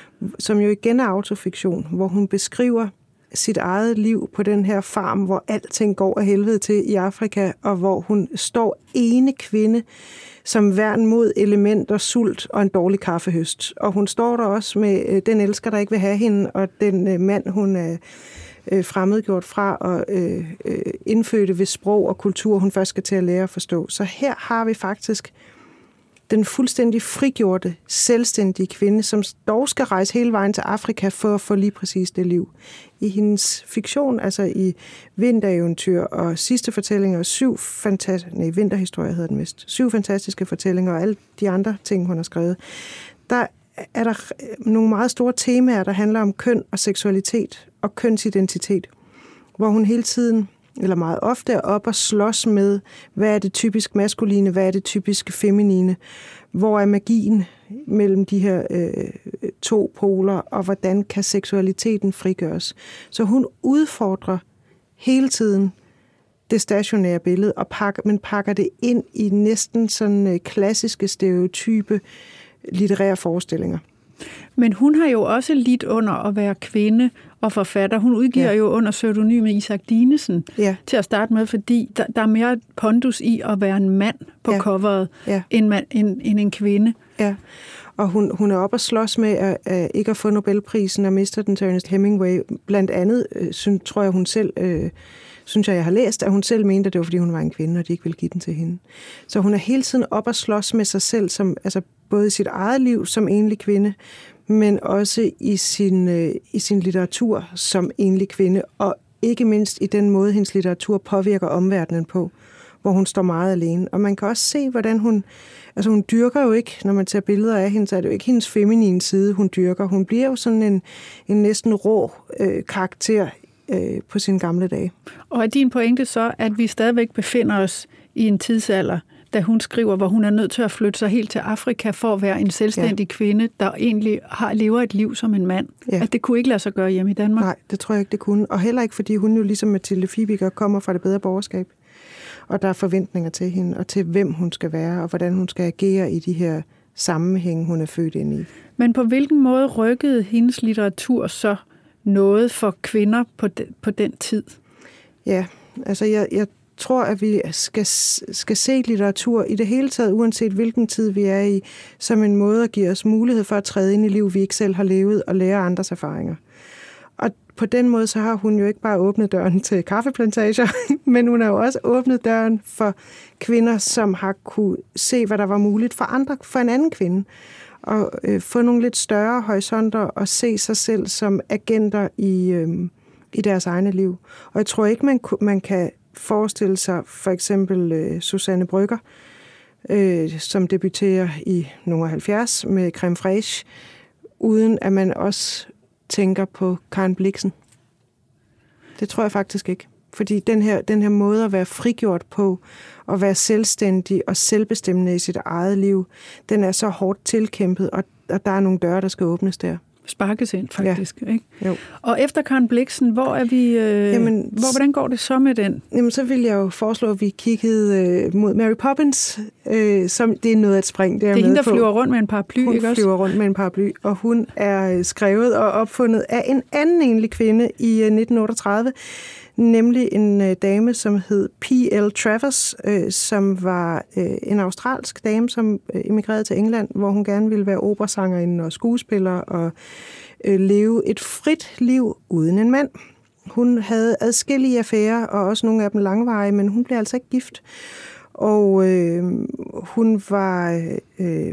som jo igen er autofiktion, hvor hun beskriver sit eget liv på den her farm, hvor alting går af helvede til i Afrika, og hvor hun står ene kvinde som værn mod elementer, sult og en dårlig kaffehøst. Og hun står der også med øh, den elsker, der ikke vil have hende, og den øh, mand, hun er øh, fremmedgjort fra, og øh, øh, indfødte ved sprog og kultur, hun først skal til at lære at forstå. Så her har vi faktisk den fuldstændig frigjorte, selvstændige kvinde, som dog skal rejse hele vejen til Afrika for at få lige præcis det liv. I hendes fiktion, altså i Vintereventyr og sidste fortællinger, syv fantastiske, nej, Vinterhistorie hedder den mest, syv fantastiske fortællinger og alle de andre ting, hun har skrevet, der er der nogle meget store temaer, der handler om køn og seksualitet og kønsidentitet, hvor hun hele tiden eller meget ofte er op og slås med, hvad er det typisk maskuline, hvad er det typisk feminine, hvor er magien mellem de her øh, to poler, og hvordan kan seksualiteten frigøres. Så hun udfordrer hele tiden det stationære billede, og pakker, men pakker det ind i næsten sådan øh, klassiske, stereotype litterære forestillinger. Men hun har jo også lidt under at være kvinde og forfatter. Hun udgiver ja. jo under pseudonymet Isak Dinesen ja. til at starte med, fordi der, der er mere pondus i at være en mand på ja. coveret, ja. End, man, end, end en kvinde. Ja, og hun, hun er oppe og slås med at, at ikke at få Nobelprisen og mister den til Ernest Hemingway. Blandt andet, øh, synes, tror jeg, hun selv... Øh, synes jeg, jeg har læst, at hun selv mente, at det var, fordi hun var en kvinde, og de ikke ville give den til hende. Så hun er hele tiden op og slås med sig selv, som, altså både i sit eget liv som enlig kvinde, men også i sin, øh, i sin litteratur som enlig kvinde, og ikke mindst i den måde, hendes litteratur påvirker omverdenen på, hvor hun står meget alene. Og man kan også se, hvordan hun... Altså hun dyrker jo ikke, når man tager billeder af hende, så er det jo ikke hendes feminine side, hun dyrker. Hun bliver jo sådan en, en næsten rå øh, karakter på sine gamle dage. Og er din pointe så, at vi stadigvæk befinder os i en tidsalder, da hun skriver, hvor hun er nødt til at flytte sig helt til Afrika for at være en selvstændig ja. kvinde, der egentlig har, lever et liv som en mand? Ja. At det kunne ikke lade sig gøre hjemme i Danmark? Nej, det tror jeg ikke, det kunne. Og heller ikke, fordi hun jo ligesom Mathilde Fibiger kommer fra det bedre borgerskab. Og der er forventninger til hende, og til hvem hun skal være, og hvordan hun skal agere i de her sammenhænge, hun er født ind i. Men på hvilken måde rykkede hendes litteratur så noget for kvinder på den, på den tid? Ja, altså jeg, jeg tror, at vi skal, skal se litteratur i det hele taget, uanset hvilken tid vi er i, som en måde at give os mulighed for at træde ind i liv, vi ikke selv har levet, og lære andres erfaringer. Og på den måde, så har hun jo ikke bare åbnet døren til kaffeplantager, men hun har jo også åbnet døren for kvinder, som har kunne se, hvad der var muligt for andre, for en anden kvinde. Og øh, få nogle lidt større horisonter og se sig selv som agenter i, øh, i deres egne liv. Og jeg tror ikke, man, man kan forestille sig for eksempel øh, Susanne Brøgger, øh, som debuterer i nogle halvfjerds med Crème Fraîche, uden at man også tænker på Karen Blixen. Det tror jeg faktisk ikke. Fordi den her, den her måde at være frigjort på, og være selvstændig og selvbestemmende i sit eget liv, den er så hårdt tilkæmpet, og, og der er nogle døre, der skal åbnes der. sparkes ind, faktisk. Ja. Ikke? Jo. Og efter Karen Blixen, hvor er vi... Øh, jamen, hvor, hvordan går det så med den? Jamen, så vil jeg jo foreslå, at vi kiggede øh, mod Mary Poppins, øh, som det er noget at springe. Det er, det er hende, der på. flyver rundt med en paraply, hun ikke også? Hun flyver rundt med en paraply, og hun er skrevet og opfundet af en anden enlig kvinde i øh, nitten otteogtredive, nemlig en øh, dame, som hed P L Travers, øh, som var øh, en australsk dame, som øh, emigrerede til England, hvor hun gerne ville være operasangerinde og skuespiller og øh, leve et frit liv uden en mand. Hun havde adskillige affærer, og også nogle af dem langvarige, men hun blev altså ikke gift. Og øh, hun var øh,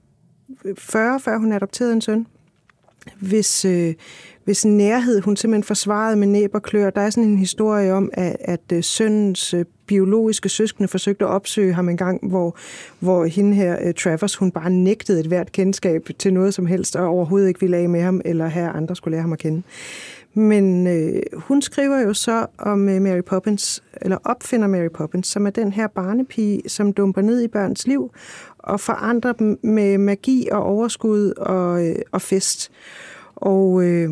fyrre, før hun adopterede en søn. Hvis, øh, hvis nærhed hun simpelthen forsvarede med næb og klør. Der er sådan en historie om, at, at øh, sønnens øh, biologiske søskende forsøgte at opsøge ham en gang, hvor, hvor hende her, øh, Travers, hun bare nægtede et hvert kendskab til noget som helst, og overhovedet ikke ville af med ham, eller her andre skulle lære ham at kende. Men øh, hun skriver jo så om øh, Mary Poppins, eller opfinder Mary Poppins, som er den her barnepige, som dumper ned i børns liv og forandrer dem med magi og overskud og, øh, og fest. Og øh,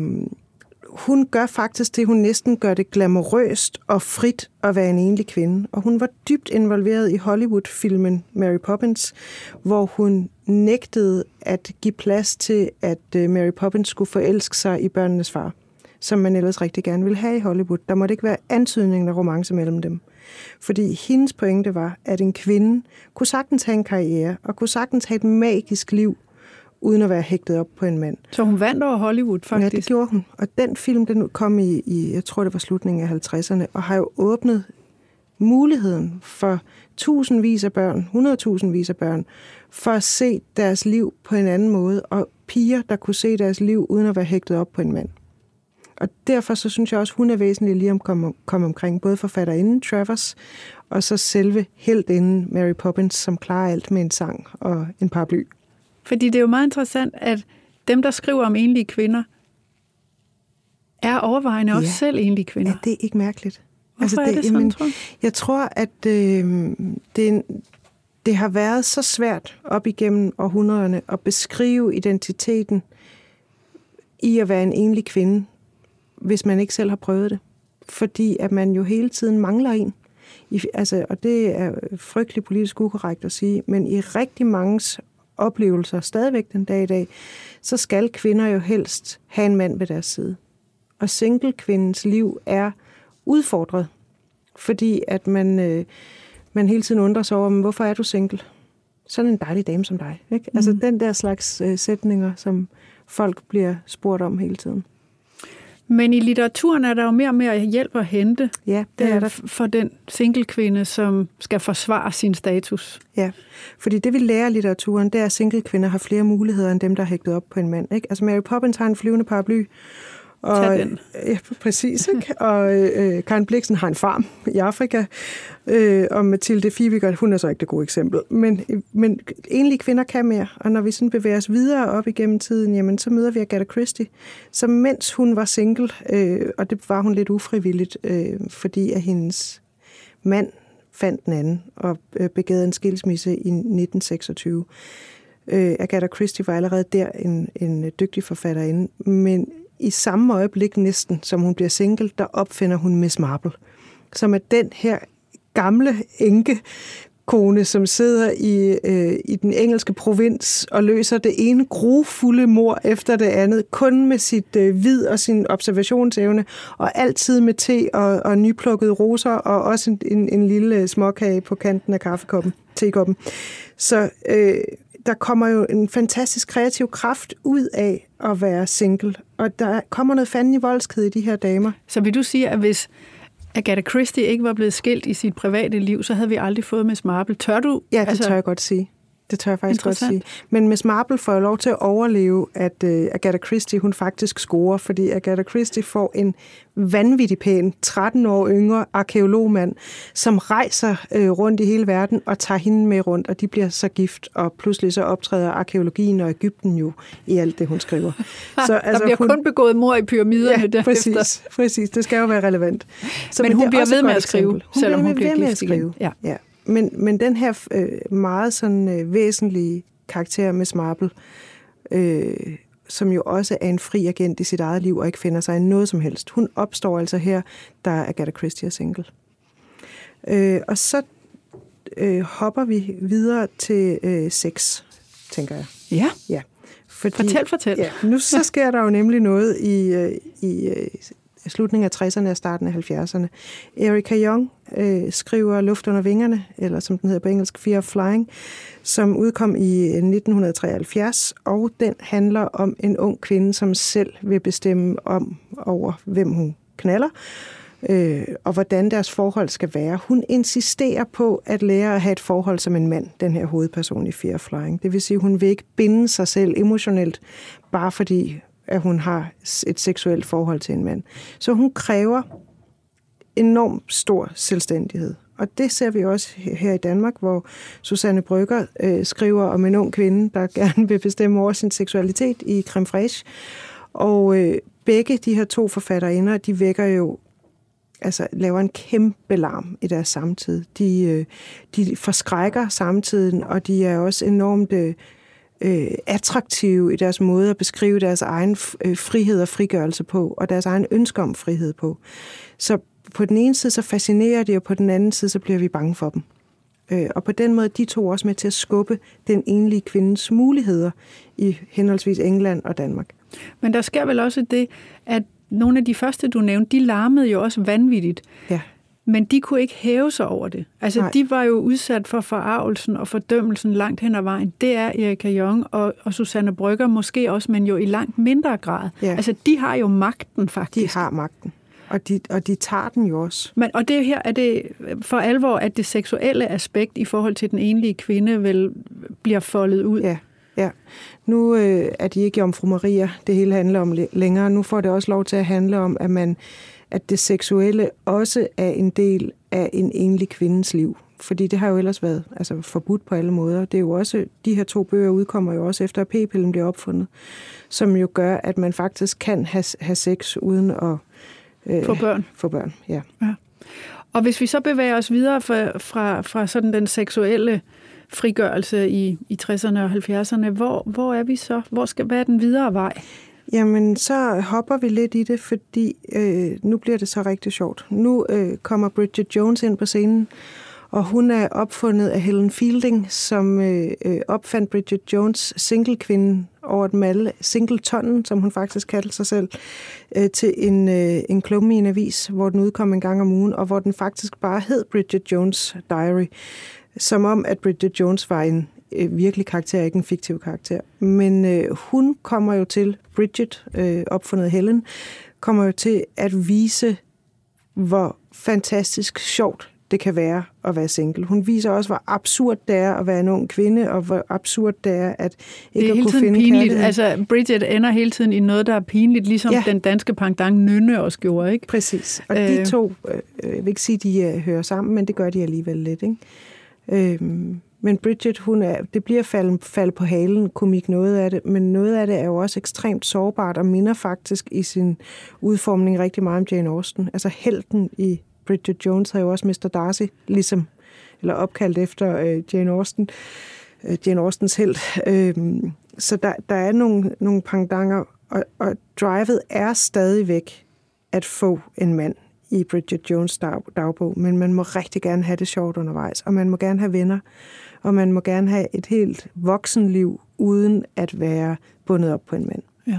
hun gør faktisk det, hun næsten gør det glamourøst og frit at være en enlig kvinde. Og hun var dybt involveret i Hollywood-filmen Mary Poppins, hvor hun nægtede at give plads til, at øh, Mary Poppins skulle forelske sig i børnenes far, som man ellers rigtig gerne ville have i Hollywood. Der måtte ikke være antydning af romance mellem dem. Fordi hendes pointe var, at en kvinde kunne sagtens have en karriere, og kunne sagtens have et magisk liv, uden at være hægtet op på en mand. Så hun vandt over Hollywood, faktisk? Ja, det gjorde hun. Og den film, den kom i, i jeg tror, det var slutningen af halvtredserne, og har jo åbnet muligheden for tusindvis af børn, hundredtusindvis af børn, for at se deres liv på en anden måde, og piger, der kunne se deres liv, uden at være hægtet op på en mand. Og derfor så synes jeg også, hun er væsentlig lige at komme, komme omkring, både forfatterinden Travers, og så selve heltinden Mary Poppins, som klarer alt med en sang og en paraply. Fordi det er jo meget interessant, at dem, der skriver om enlige kvinder, er overvejende også ja. selv enlige kvinder. Ja, det er ikke mærkeligt. Hvorfor altså, det, er det sådan, jamen, tror du? Jeg tror, at øh, det, det har været så svært op igennem århundrederne at beskrive identiteten i at være en enlig kvinde, hvis man ikke selv har prøvet det. Fordi at man jo hele tiden mangler en. I, altså, og det er frygtelig politisk ukorrekt at sige, men i rigtig mange oplevelser, stadigvæk den dag i dag, så skal kvinder jo helst have en mand ved deres side. Og single-kvindens liv er udfordret, fordi at man, øh, man hele tiden undrer sig over, men hvorfor er du single? Sådan en dejlig dame som dig. Ikke? Mm. Altså den der slags øh, sætninger, som folk bliver spurgt om hele tiden. Men i litteraturen er der jo mere og mere hjælp at hente. Ja, det er der. For den single-kvinde, som skal forsvare sin status. Ja, fordi det vi lærer i litteraturen, det er, at single-kvinder har flere muligheder end dem, der er hægtet op på en mand. Ikke? Altså Mary Poppins har en flyvende paraply. Og, Tag den. Ja, præcis. Ikke? Og øh, Karen Blixen har en farm i Afrika, øh, og Mathilde Fibiger, hun er så ikke det gode eksempel. Men, men enlige kvinder kan mere, og når vi sådan bevæger os videre op igennem tiden, jamen, så møder vi Agatha Christie, som mens hun var single, øh, og det var hun lidt ufrivilligt, øh, fordi at hendes mand fandt den anden og øh, begærede en skilsmisse i nitten seksogtyve. Øh, Agatha Christie var allerede der en, en dygtig forfatterinde, men i samme øjeblik næsten, som hun bliver single, der opfinder hun Miss Marple, som er den her gamle enkekone, som sidder i, øh, i den engelske provins og løser det ene grufulde mord efter det andet, kun med sit øh, vid og sin observationsevne, og altid med te og, og nyplukkede roser, og også en, en, en lille småkage på kanten af kaffekoppen, tekoppen. Så øh, der kommer jo en fantastisk kreativ kraft ud af at være single, og der kommer noget fanden i voldsked i de her damer. Så vil du sige, at hvis Agatha Christie ikke var blevet skilt i sit private liv, så havde vi aldrig fået Miss Marple. Tør du? Ja, det altså, tør jeg godt sige. Det tør jeg faktisk godt sige. Men Miss Marple får lov til at overleve, at uh, Agatha Christie, hun faktisk scorer, fordi Agatha Christie får en vanvittig pæn, tretten år yngre arkæologmand, som rejser uh, rundt i hele verden og tager hende med rundt, og de bliver så gift, og pludselig så optræder arkæologien og Egypten jo i alt det, hun skriver. Så, altså, der bliver hun... kun begået mord i pyramiderne ja, derefter. Præcis, præcis. Det skal jo være relevant. Så, men, men hun bliver ved med at skrive, hun selvom hun bliver gift igen. Ja. ja. Men, men den her øh, meget sådan øh, væsentlige karakter, Miss Marple, øh, som jo også er en fri agent i sit eget liv og ikke finder sig i noget som helst. Hun opstår altså her, da Agatha Christie er single. Øh, og så øh, hopper vi videre til øh, sex, tænker jeg. Ja, ja. Fordi, fortæl, fortæl. Ja, nu så sker der jo nemlig noget i, øh, i øh, slutningen af tresserne og starten af halvfjerdserne. Erika Jong øh, skriver Luft under vingerne, eller som den hedder på engelsk, Fear of Flying, som udkom i nitten treoghalvfjerds, og den handler om en ung kvinde, som selv vil bestemme om over, hvem hun knaller, øh, og hvordan deres forhold skal være. Hun insisterer på at lære at have et forhold som en mand, den her hovedperson i Fear of Flying. Det vil sige, at hun vil ikke binde sig selv emotionelt, bare fordi at hun har et seksuelt forhold til en mand. Så hun kræver enormt stor selvstændighed. Og det ser vi også her i Danmark, hvor Susanne Brøgger øh, skriver om en ung kvinde, der gerne vil bestemme over sin seksualitet i Crème Fraîche. Og øh, begge de her to forfatterinder, de vækker jo, altså laver en kæmpe larm i deres samtid. De, øh, de forskrækker samtiden, og de er også enormt øh, attraktive i deres måde at beskrive deres egen øh, frihed og frigørelse på, og deres egen ønske om frihed på. Så på den ene side så fascinerer de, og på den anden side så bliver vi bange for dem. Øh, og på den måde de to også med til at skubbe den enlige kvindes muligheder i henholdsvis England og Danmark. Men der sker vel også det, at nogle af de første, du nævnte, de larmede jo også vanvittigt. Ja. Men de kunne ikke hæve sig over det. Altså, Nej. De var jo udsat for forarvelsen og fordømmelsen langt hen ad vejen. Det er Erika Jong og, og Susanne Brøgger måske også, men jo i langt mindre grad. Ja. Altså, de har jo magten, faktisk. De har magten. Og de, og de tager den jo også. Men, og det her er det for alvor, at det seksuelle aspekt i forhold til den enlige kvinde vel bliver foldet ud. Ja, ja. Nu øh, er de ikke Jomfru Maria, det hele handler om længere. Nu får det også lov til at handle om, at man at det seksuelle også er en del af en enlig kvindes liv. Fordi det har jo ellers været altså, forbudt på alle måder. Det er jo også, de her to bøger udkommer jo også efter, at p-pillen bliver opfundet, som jo gør, at man faktisk kan have, have sex uden at øh, få børn. Få børn, ja. ja. Og hvis vi så bevæger os videre fra, fra, fra sådan den seksuelle frigørelse i, i tresserne og halvfjerdserne, hvor, hvor er vi så? Hvor skal, hvad er den videre vej? Jamen, så hopper vi lidt i det, fordi øh, nu bliver det så rigtig sjovt. Nu øh, kommer Bridget Jones ind på scenen, og hun er opfundet af Helen Fielding, som øh, opfandt Bridget Jones single-kvinden over dem alle, singletonnen, som hun faktisk kaldte sig selv, øh, til en, øh, en klumme i en avis, hvor den udkom en gang om ugen, og hvor den faktisk bare hed Bridget Jones Diary, som om, at Bridget Jones var en øh, virkelig karakter, ikke en fiktiv karakter. Men øh, hun kommer jo til, Bridget, øh, opfundet af Helen, kommer jo til at vise, hvor fantastisk sjovt det kan være at være single. Hun viser også, hvor absurd det er at være en ung kvinde, og hvor absurd det er at ikke at kunne finde pinligt. kærlighed. Altså, Bridget ender hele tiden i noget, der er pinligt, ligesom ja. Den danske pendant Nynne også gjorde, ikke? Præcis. Og øh. de to, øh, jeg vil ikke sige, at de uh, hører sammen, men det gør de alligevel lidt, ikke? Øh, men Bridget, hun er, det bliver fald, fald på halen, komik noget af det, men noget af det er jo også ekstremt sårbart, og minder faktisk i sin udformning rigtig meget om Jane Austen. Altså helten i Bridget Jones havde jo også mister Darcy, ligesom, eller opkaldt efter øh, Jane Austen, øh, Jane Austens helt. Øh, så der, der er nogle, nogle pendanter, og, og drivet er stadigvæk at få en mand i Bridget Jones dag, dagbog, men man må rigtig gerne have det sjovt undervejs, og man må gerne have venner, og man må gerne have et helt voksenliv, uden at være bundet op på en mand. Ja.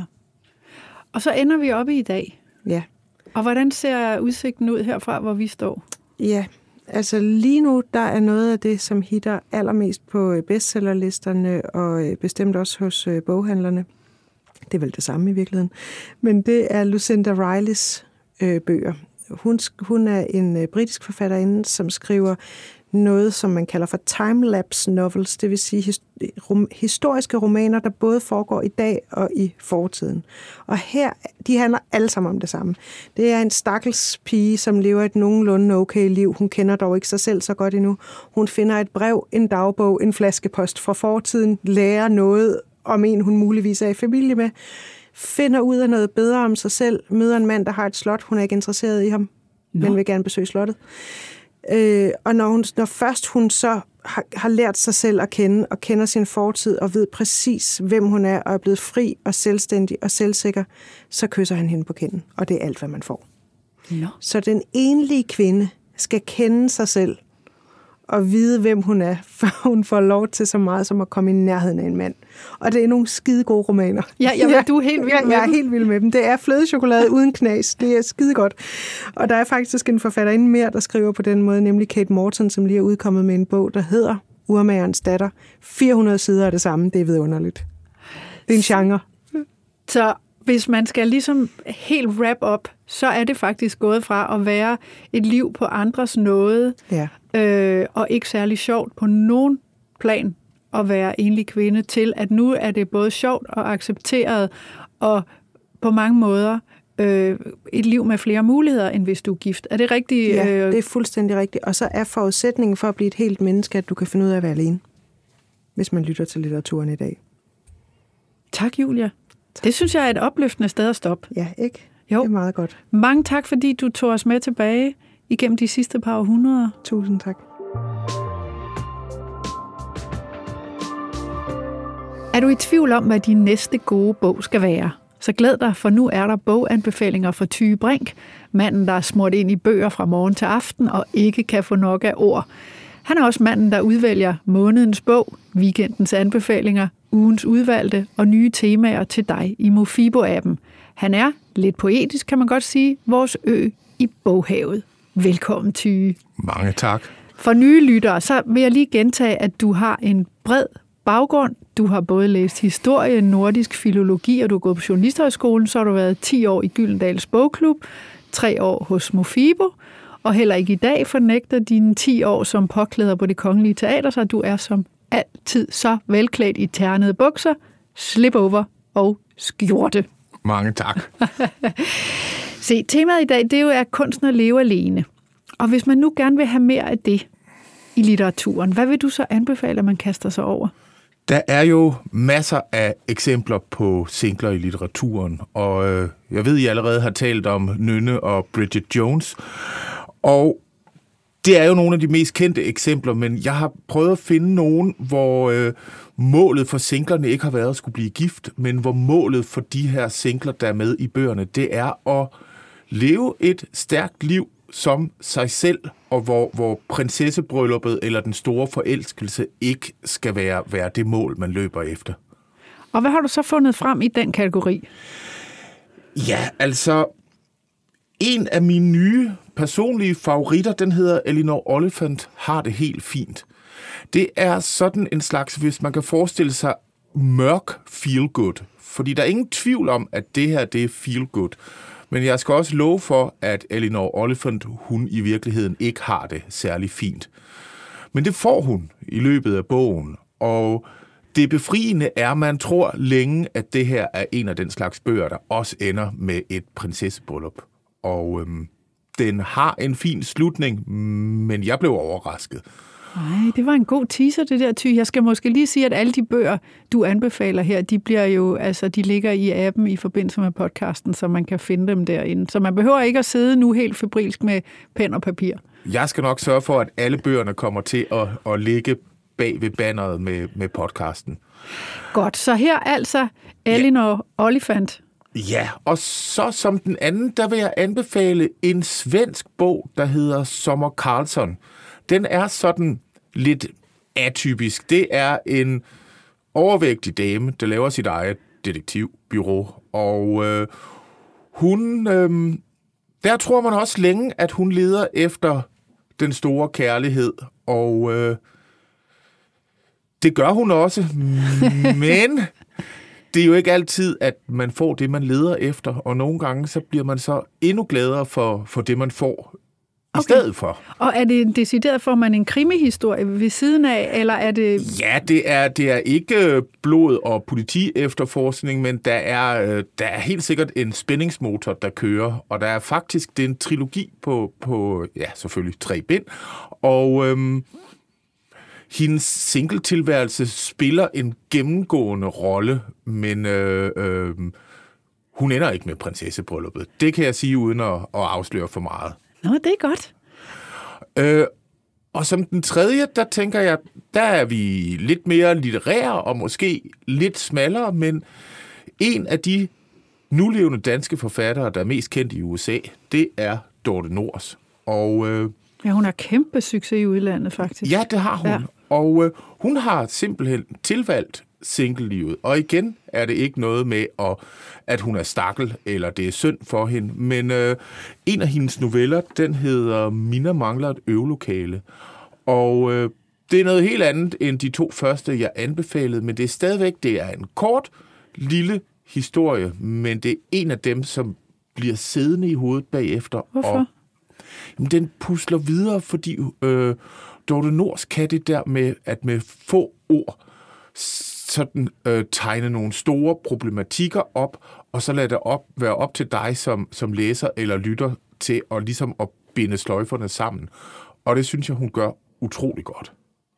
Og så ender vi oppe i dag. Ja. Og hvordan ser udsigten ud herfra, hvor vi står? Ja, altså lige nu, der er noget af det, som hitter allermest på bestsellerlisterne, og bestemt også hos boghandlerne. Det er vel det samme i virkeligheden. Men det er Lucinda Rileys øh, bøger. Hun, hun er en øh, britisk forfatterinde, som skriver noget, som man kalder for time-lapse novels, det vil sige his, rom, historiske romaner, der både foregår i dag og i fortiden. Og her, de handler alle sammen om det samme. Det er en stakkels pige, som lever et nogenlunde okay liv. Hun kender dog ikke sig selv så godt endnu. Hun finder et brev, en dagbog, en flaskepost fra fortiden, lærer noget om en, hun muligvis er i familie med, finder ud af noget bedre om sig selv, møder en mand, der har et slot. Hun er ikke interesseret i ham, Nå. men vil gerne besøge slottet. Øh, og når, hun, når først hun så har, har lært sig selv at kende, og kender sin fortid, og ved præcis, hvem hun er, og er blevet fri og selvstændig og selvsikker, så kysser han hende på kinden, og det er alt, hvad man får. Ja. Så den enlige kvinde skal kende sig selv, og vide, hvem hun er, for hun får lov til så meget som at komme i nærheden af en mand. Og det er nogle skide gode romaner. Ja, jeg ved, du er helt vild ja, med jeg er dem. helt vild med dem. Det er flødechokolade uden knas. Det er skide godt. Og der er faktisk en forfatterinde mere, der skriver på den måde, nemlig Kate Morton, som lige er udkommet med en bog, der hedder Urmagerens datter. fire hundrede sider af det samme. Det er vidunderligt. Det er en genre. Så hvis man skal ligesom helt wrap up, så er det faktisk gået fra at være et liv på andres nåde, Ja. øh, og ikke særlig sjovt på nogen plan at være enlig kvinde, til at nu er det både sjovt og accepteret, og på mange måder øh, et liv med flere muligheder, end hvis du er gift. Er det rigtigt? Ja, øh... det er fuldstændig rigtigt. Og så er forudsætningen for at blive et helt menneske, at du kan finde ud af at være alene, hvis man lytter til litteraturen i dag. Tak, Julia. Tak. Det synes jeg er et opløftende sted at stoppe. Ja, ikke? Jo. Det er meget godt. Mange tak, fordi du tog os med tilbage igennem de sidste par århundreder. Tusind tak. Er du i tvivl om, hvad din næste gode bog skal være? Så glæd dig, for nu er der boganbefalinger for Tyge Brink, manden, der er smurt ind i bøger fra morgen til aften og ikke kan få nok af ord. Han er også manden, der udvælger månedens bog, weekendens anbefalinger, ugens udvalgte og nye temaer til dig i Mofibo-appen. Han er, lidt poetisk kan man godt sige, vores ø i boghavet. Velkommen, Tyge. Mange tak. For nye lyttere, så vil jeg lige gentage, at du har en bred baggrund. Du har både læst historie, nordisk filologi, og du har gået på Journalisthøjskolen, så har du været ti år i Gyldendals Bogklub, tre år hos Mofibo, og heller ikke i dag fornægter dine ti år som påklæder på Det Kongelige Teater, så du er som altid så velklædt i ternede bukser, slipover og skjorte. Mange tak. Se, temaet i dag, det er jo, at kunsten at leve alene. Og hvis man nu gerne vil have mere af det i litteraturen, hvad vil du så anbefale, at man kaster sig over? Der er jo masser af eksempler på singler i litteraturen, og øh, jeg ved, I allerede har talt om Nynne og Bridget Jones, og det er jo nogle af de mest kendte eksempler, men jeg har prøvet at finde nogen, hvor øh, målet for singlerne ikke har været at skulle blive gift, men hvor målet for de her singler, der er med i bøgerne, det er at leve et stærkt liv som sig selv, og hvor, hvor prinsessebrylluppet eller den store forelskelse ikke skal være, være det mål, man løber efter. Og hvad har du så fundet frem i den kategori? Ja, altså, en af mine nye personlige favoritter, den hedder Eleanor Oliphant, har det helt fint. Det er sådan en slags, hvis man kan forestille sig, mørk feel-good. Fordi der er ingen tvivl om, at det her, det er feel-good. Men jeg skal også love for, at Eleanor Oliphant, hun i virkeligheden ikke har det særlig fint. Men det får hun i løbet af bogen, og det befriende er, at man tror længe, at det her er en af den slags bøger, der også ender med et prinsessebryllup. Og øhm, den har en fin slutning, men jeg blev overrasket. Nej, det var en god teaser, det der, Ty. Jeg skal måske lige sige, at alle de bøger, du anbefaler her, de bliver jo, altså, de ligger i appen i forbindelse med podcasten, så man kan finde dem derinde. Så man behøver ikke at sidde nu helt febrilsk med pen og papir. Jeg skal nok sørge for, at alle bøgerne kommer til at, at ligge bag ved banneret med, med podcasten. Godt, så her altså Eleanor ja. Oliphant. Ja, og så som den anden, der vil jeg anbefale en svensk bog, der hedder Sommer Karlsson. Den er sådan lidt atypisk. Det er en overvægtig dame, der laver sit eget detektivbyrå, og øh, hun, øh, der tror man også længe, at hun leder efter den store kærlighed, og øh, det gør hun også, men det er jo ikke altid, at man får det, man leder efter, og nogle gange så bliver man så endnu gladere for, for det, man får i okay. stedet for. Og er det decideret for, man en krimihistorie ved siden af, eller er det... Ja, det er, det er ikke blod- og politiefterforskning, men der er, der er helt sikkert en spændingsmotor, der kører, og der er faktisk det er en trilogi på, på, ja, selvfølgelig tre bind, og øhm, hendes singletilværelse spiller en gennemgående rolle, men øh, øh, hun ender ikke med prinsessebrylluppet. Det kan jeg sige uden at, at afsløre for meget. Nå, det er godt. Øh, Og som den tredje, der tænker jeg, der er vi lidt mere litterære og måske lidt smallere, men en af de nulevende danske forfattere, der er mest kendt i U S A, det er Dorthe Nors. Og, øh, ja, hun har kæmpe succes i udlandet, faktisk. Ja, det har hun. Ja. Og øh, hun har simpelthen tilvalgt singlelivet. Og igen er det ikke noget med, at, at hun er stakkel, eller det er synd for hende. Men øh, en af hendes noveller, den hedder Minna mangler et øvelokale. Og øh, det er noget helt andet end de to første, jeg anbefalede, men det er stadigvæk, det er en kort, lille historie, men det er en af dem, som bliver siddende i hovedet bagefter. Hvorfor? Og, jamen, den pusler videre, fordi øh, Dorthe Nors kan det der med, at med få ord sådan øh, tegne nogle store problematikker op, og så lade det op, være op til dig som, som læser eller lytter til at, ligesom at binde sløjferne sammen. Og det synes jeg, hun gør utrolig godt.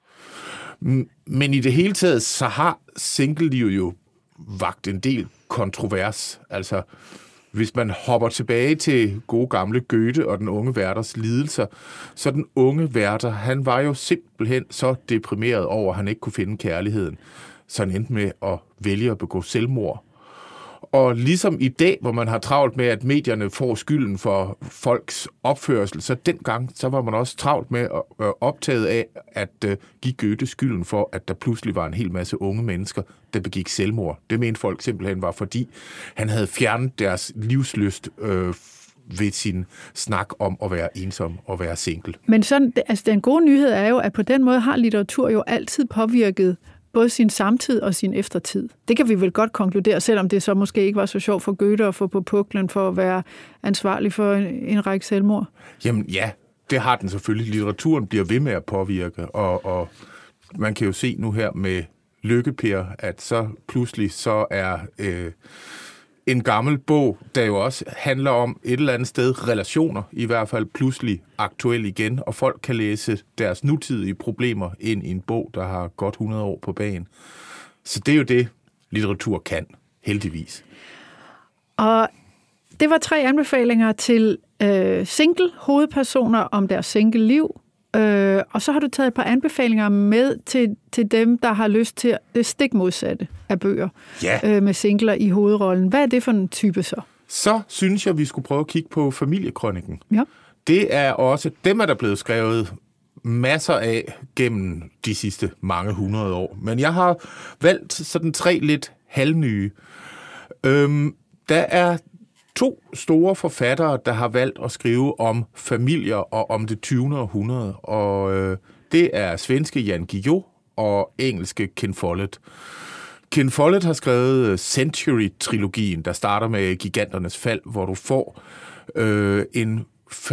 Men i det hele taget, så har singlelivet jo vagt en del kontrovers. Altså, hvis man hopper tilbage til gode gamle Goethe og den unge Werthers lidelser, så den unge Werther, han var jo simpelthen så deprimeret over, at han ikke kunne finde kærligheden, så han endte med at vælge at begå selvmord. Og ligesom i dag, hvor man har travlt med, at medierne får skylden for folks opførsel, så dengang så var man også travlt med at optaget af at give Goethe skylden for, at der pludselig var en hel masse unge mennesker, der begik selvmord. Det mente folk simpelthen var, fordi han havde fjernet deres livslyst øh, ved sin snak om at være ensom og være single. Men sådan, altså, den gode nyhed er jo, at på den måde har litteratur jo altid påvirket både sin samtid og sin eftertid. Det kan vi vel godt konkludere, selvom det så måske ikke var så sjovt for Goethe at få på puklen for at være ansvarlig for en, en række selvmord. Jamen ja, det har den selvfølgelig. Litteraturen bliver ved med at påvirke, og, og man kan jo se nu her med Lykke-Per, at så pludselig så er øh, en gammel bog, der jo også handler om et eller andet sted relationer, i hvert fald pludselig aktuel igen, og folk kan læse deres nutidige problemer ind i en bog, der har godt hundrede år på bagen. Så det er jo det, litteratur kan, heldigvis. Og det var tre anbefalinger til øh, single-hovedpersoner om deres single-liv. Øh, og så har du taget et par anbefalinger med til, til dem, der har lyst til det stik modsatte af bøger ja. øh, med singler i hovedrollen. Hvad er det for en type så? Så synes jeg, vi skulle prøve at kigge på Familiekrøniken. Ja. Det er også, dem er der blevet skrevet masser af gennem de sidste mange hundrede år. Men jeg har valgt sådan tre lidt halvnye. Øhm, der er to store forfattere, der har valgt at skrive om familier og om det tyvende århundrede, og øh, det er svenske Jan Guillou og engelske Ken Follett. Ken Follett har skrevet Century-trilogien, der starter med Giganternes fald, hvor du får øh, en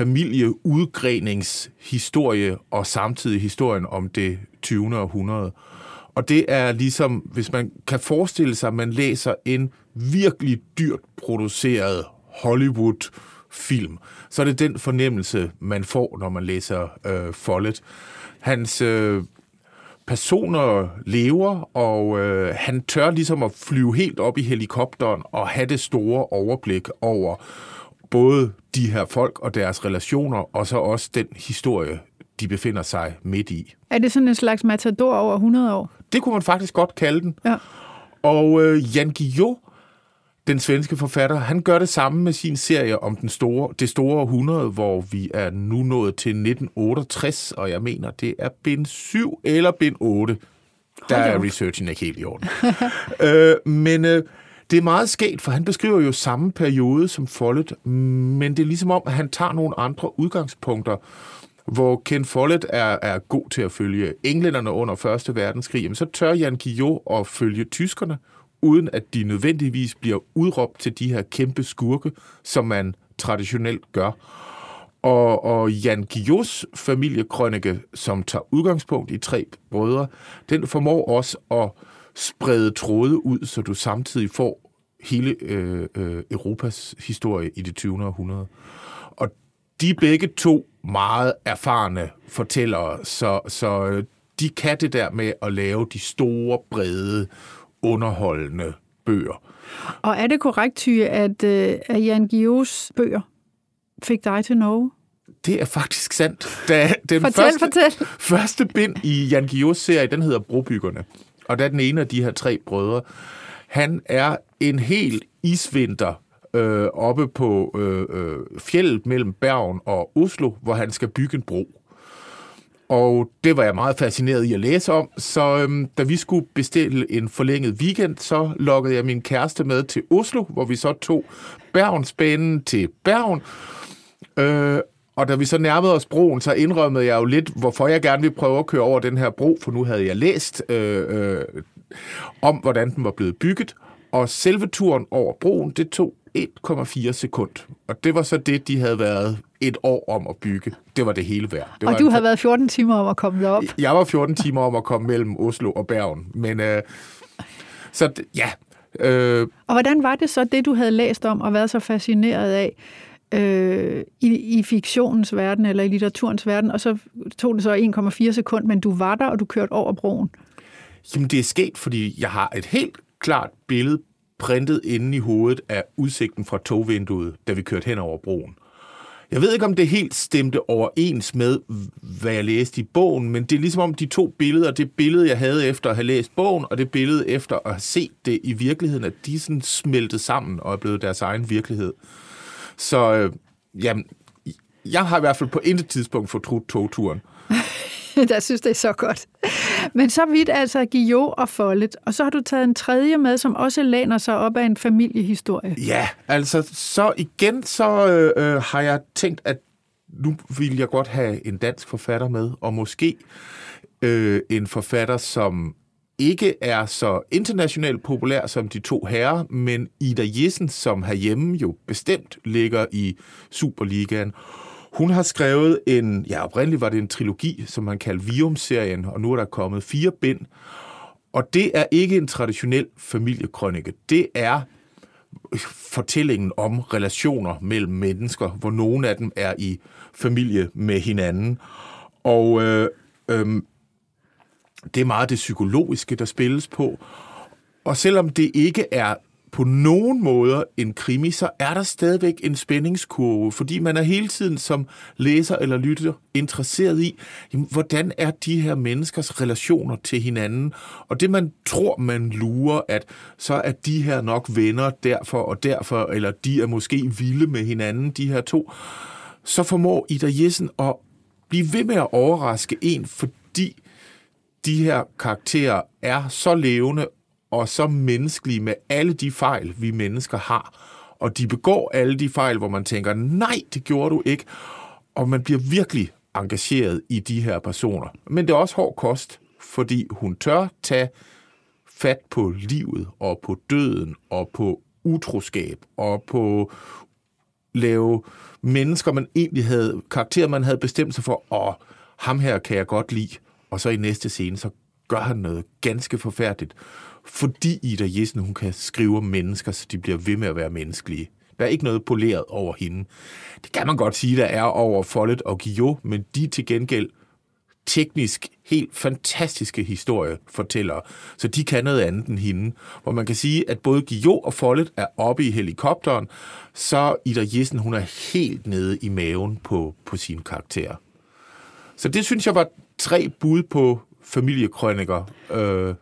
familieudgreningshistorie og samtidig historien om det tyvende århundrede. Og det er ligesom, hvis man kan forestille sig, at man læser en virkelig dyrt produceret Hollywood-film, så er det den fornemmelse, man får, når man læser øh, Follett. Hans øh, personer lever, og øh, han tør ligesom at flyve helt op i helikopteren og have det store overblik over både de her folk og deres relationer, og så også den historie, de befinder sig midt i. Er det sådan en slags matador over hundrede år? Det kunne man faktisk godt kalde den. Ja. Og øh, Jan Guillou, den svenske forfatter, han gør det samme med sin serie om den store, det store århundrede, hvor vi er nu nået til nitten otteogtres, og jeg mener, det er bind syv eller bind otte. Der er researchen ikke helt i orden. øh, men øh, det er meget skægt, for han beskriver jo samme periode som Follett, men det er ligesom om, at han tager nogle andre udgangspunkter, hvor Ken Follett er, er god til at følge englænderne under første verdenskrig, jamen så tør Jan Guillou at følge tyskerne, uden at de nødvendigvis bliver udråbt til de her kæmpe skurke, som man traditionelt gør. Og, og Jan Guillous familiekrønike, som tager udgangspunkt i tre brødre, den formår også at sprede tråde ud, så du samtidig får hele øh, øh, Europas historie i det tyvende århundrede. Og de er begge to meget erfarne fortællere, så, så de kan det der med at lave de store, brede, underholdende bøger. Og er det korrekt, Tyge, at, at Jan Guillous bøger fik dig til Norge? det er faktisk sandt. Da den fortæl, første, fortæl. første bind i Jan Guillous serie, den hedder Brobyggerne. Og der er den ene af de her tre brødre. Han er en hel isvinter øh, oppe på øh, øh, fjeldet mellem Bergen og Oslo, hvor han skal bygge en bro. Og det var jeg meget fascineret i at læse om, så øhm, da vi skulle bestille en forlænget weekend, så lokkede jeg min kæreste med til Oslo, hvor vi så tog Bergensbanen til Bergen. Øh, og da vi så nærmede os broen, så indrømmede jeg jo lidt, hvorfor jeg gerne ville prøve at køre over den her bro, for nu havde jeg læst øh, øh, om, hvordan den var blevet bygget. Og selve turen over broen, det tog en komma fire sekund. Og det var så det, de havde været et år om at bygge. Det var det hele værd. Det og var du en... havde været fjorten timer om at komme derop. Jeg var fjorten timer om at komme mellem Oslo og Bergen. Men øh, så ja. Øh... Og hvordan var det så, det du havde læst om og været så fascineret af øh, i, i fiktionens verden eller i litteraturens verden, og så tog det så en komma fire sekund, men du var der, og du kørte over broen? Jamen det er sket, fordi jeg har et helt klart billede printet inde i hovedet af udsigten fra togvinduet, da vi kørte hen over broen. Jeg ved ikke, om det helt stemte overens med, hvad jeg læste i bogen, men det er ligesom om de to billeder, det billede, jeg havde efter at have læst bogen, og det billede efter at have set det i virkeligheden, at de sådan smeltet sammen og er blevet deres egen virkelighed. Så øh, jamen, jeg har i hvert fald på intet tidspunkt fortrudt togturen. Jeg synes, det er så godt. Men så vidt altså Guillou og Follett, og så har du taget en tredje med, som også læner sig op af en familiehistorie. Ja, altså så igen, så øh, har jeg tænkt, at nu vil jeg godt have en dansk forfatter med, og måske øh, en forfatter, som ikke er så internationalt populær som de to herrer, men Ida Jessen, som herhjemme jo bestemt ligger i Superligaen. Hun har skrevet en, ja oprindeligt var det en trilogi, som man kalder Vium-serien, og nu er der kommet fire bind. Og det er ikke en traditionel familiekrønike. Det er fortællingen om relationer mellem mennesker, hvor nogle af dem er i familie med hinanden. Og øh, øh, det er meget det psykologiske, der spilles på. Og selvom det ikke er på nogen måder en krimi, så er der stadigvæk en spændingskurve, fordi man er hele tiden som læser eller lytter interesseret i, jamen, hvordan er de her menneskers relationer til hinanden, og det man tror, man lurer, at så er de her nok venner derfor og derfor, eller de er måske vilde med hinanden, de her to, så formår Ida Jessen at blive ved med at overraske en, fordi de her karakterer er så levende og så menneskelige med alle de fejl, vi mennesker har. Og de begår alle de fejl, hvor man tænker, nej, det gjorde du ikke. Og man bliver virkelig engageret i de her personer. Men det er også hård kost, fordi hun tør tage fat på livet og på døden og på utroskab og på lave mennesker, man egentlig havde, karakterer, man havde bestemt sig for, og ham her kan jeg godt lide. Og så i næste scene, så gør han noget ganske forfærdeligt, fordi Ida Jessen, hun kan skrive om mennesker, så de bliver ved med at være menneskelige. Der er ikke noget poleret over hende. Det kan man godt sige, der er over Follett og Guillou, men de til gengæld teknisk helt fantastiske historiefortællere, så de kan noget andet end hende. Hvor man kan sige, at både Guillou og Follett er oppe i helikopteren, så Ida Jessen, hun er helt nede i maven på, på sine karakterer. Så det synes jeg var tre bud på familiekrøniker, øh,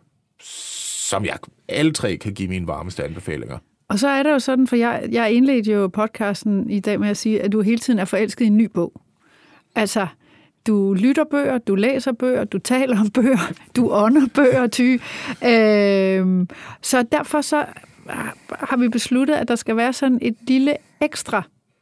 som jeg alle tre kan give mine varmeste anbefalinger. Og så er det jo sådan, for jeg, jeg indledte jo podcasten i dag med at sige, at du hele tiden er forelsket i en ny bog. Altså, du lytter bøger, du læser bøger, du taler om bøger, du ånder bøger, ty. Øhm, så derfor så har vi besluttet, at der skal være sådan et lille ekstra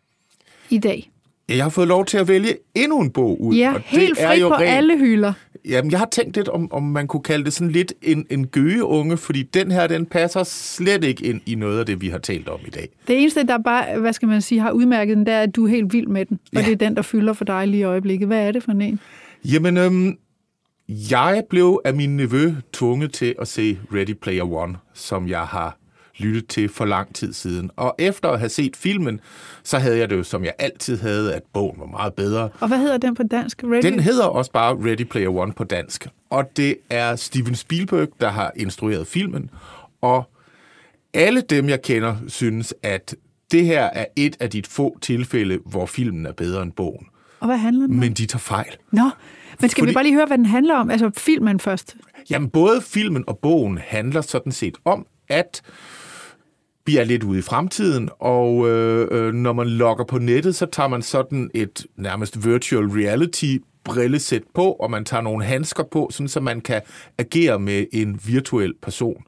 i dag. Jeg har fået lov til at vælge endnu en bog ud. Ja, og helt det er fri jo på rent, alle hylder. Jamen, jeg har tænkt lidt, om, om man kunne kalde det sådan lidt en, en gøgeunge, fordi den her, den passer slet ikke ind i noget af det, vi har talt om i dag. Det eneste, der bare, hvad skal man sige, har udmærket den, det er, at du er helt vild med den. Og ja. Det er den, der fylder for dig lige i øjeblikket. Hvad er det for en? Jamen, øhm, jeg blev af min nevø tvunget til at se Ready Player One, som jeg har lyttet til for lang tid siden. Og efter at have set filmen, så havde jeg det jo, som jeg altid havde, at bogen var meget bedre. Og hvad hedder den på dansk? Ready? Den hedder også bare Ready Player One på dansk. Og det er Steven Spielberg, der har instrueret filmen. Og alle dem, jeg kender, synes, at det her er et af de få tilfælde, hvor filmen er bedre end bogen. Og hvad handler den om? Men de tager fejl. Nå, men skal Fordi... vi bare lige høre, hvad den handler om? Altså filmen først. Jamen, både filmen og bogen handler sådan set om, at vi er lidt ude i fremtiden, og øh, øh, når man logger på nettet, så tager man sådan et nærmest virtual reality brillesæt på, og man tager nogle handsker på, sådan så man kan agere med en virtuel person.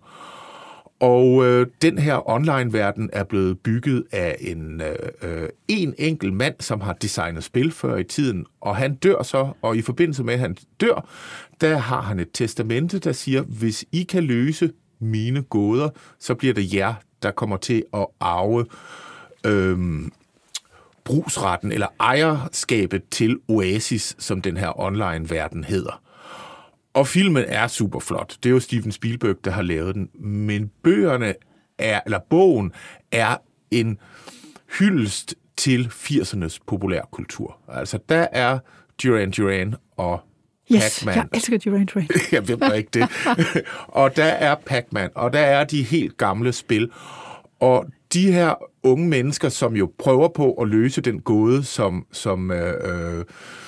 Og øh, den her online-verden er blevet bygget af en, øh, en enkelt mand, som har designet spil før i tiden, og han dør så, og i forbindelse med, at han dør, der har han et testamente, der siger, hvis I kan løse mine gåder, så bliver det jer, der kommer til at arve øh, brugsretten, eller ejerskabet til Oasis, som den her online-verden hedder. Og filmen er super flot. Det er jo Steven Spielberg, der har lavet den. Men bøgerne er, eller bogen er en hyldest til firsernes populærkultur. Altså, der er Duran Duran og Yes, Pac-Man. Jeg elsker Duran Duran. Jeg ved ikke det. Og der er Pac-Man, og der er de helt gamle spil. Og de her unge mennesker, som jo prøver på at løse den gåde, som, som øh, øh,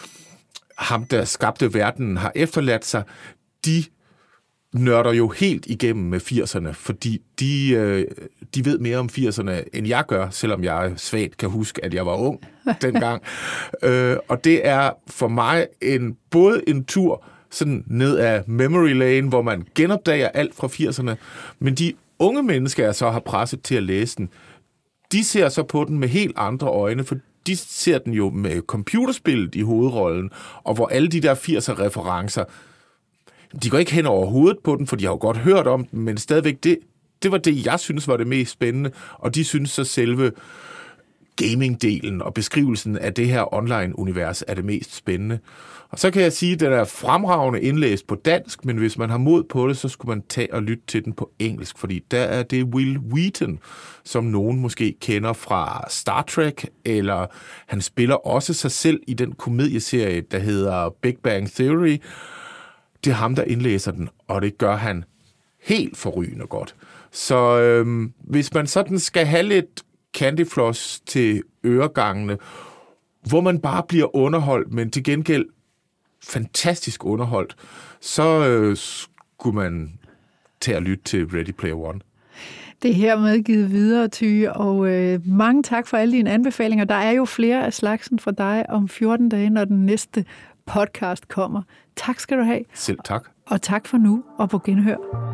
ham, der skabte verden, har efterladt sig, de nørder jo helt igennem med firserne, fordi de, øh, de ved mere om firserne, end jeg gør, selvom jeg svagt kan huske, at jeg var ung dengang. øh, og det er for mig en, både en tur sådan ned ad memory lane, hvor man genopdager alt fra firserne, men de unge mennesker, jeg så har presset til at læse den, de ser så på den med helt andre øjne, for de ser den jo med computerspillet i hovedrollen, og hvor alle de der firser-referencer, de går ikke hen over hovedet på den, for de har jo godt hørt om den, men stadigvæk, det, det var det, jeg synes var det mest spændende, og de synes så selve gaming-delen og beskrivelsen af det her online-univers er det mest spændende. Og så kan jeg sige, at den er fremragende indlæst på dansk, men hvis man har mod på det, så skulle man tage og lytte til den på engelsk, fordi der er det Will Wheaton, som nogen måske kender fra Star Trek, eller han spiller også sig selv i den komedieserie, der hedder Big Bang Theory. Det er ham, der indlæser den, og det gør han helt forrygende godt. Så øhm, hvis man sådan skal have lidt candyfloss til øregangene, hvor man bare bliver underholdt, men til gengæld fantastisk underholdt, så øh, skulle man tage at lytte til Ready Player One. Det er hermed givet videre, Ty, og øh, mange tak for alle dine anbefalinger. Der er jo flere af slagsen fra dig om fjorten dage, når den næste podcast kommer. Tak skal du have. Selv tak. Og tak for nu, og på genhør.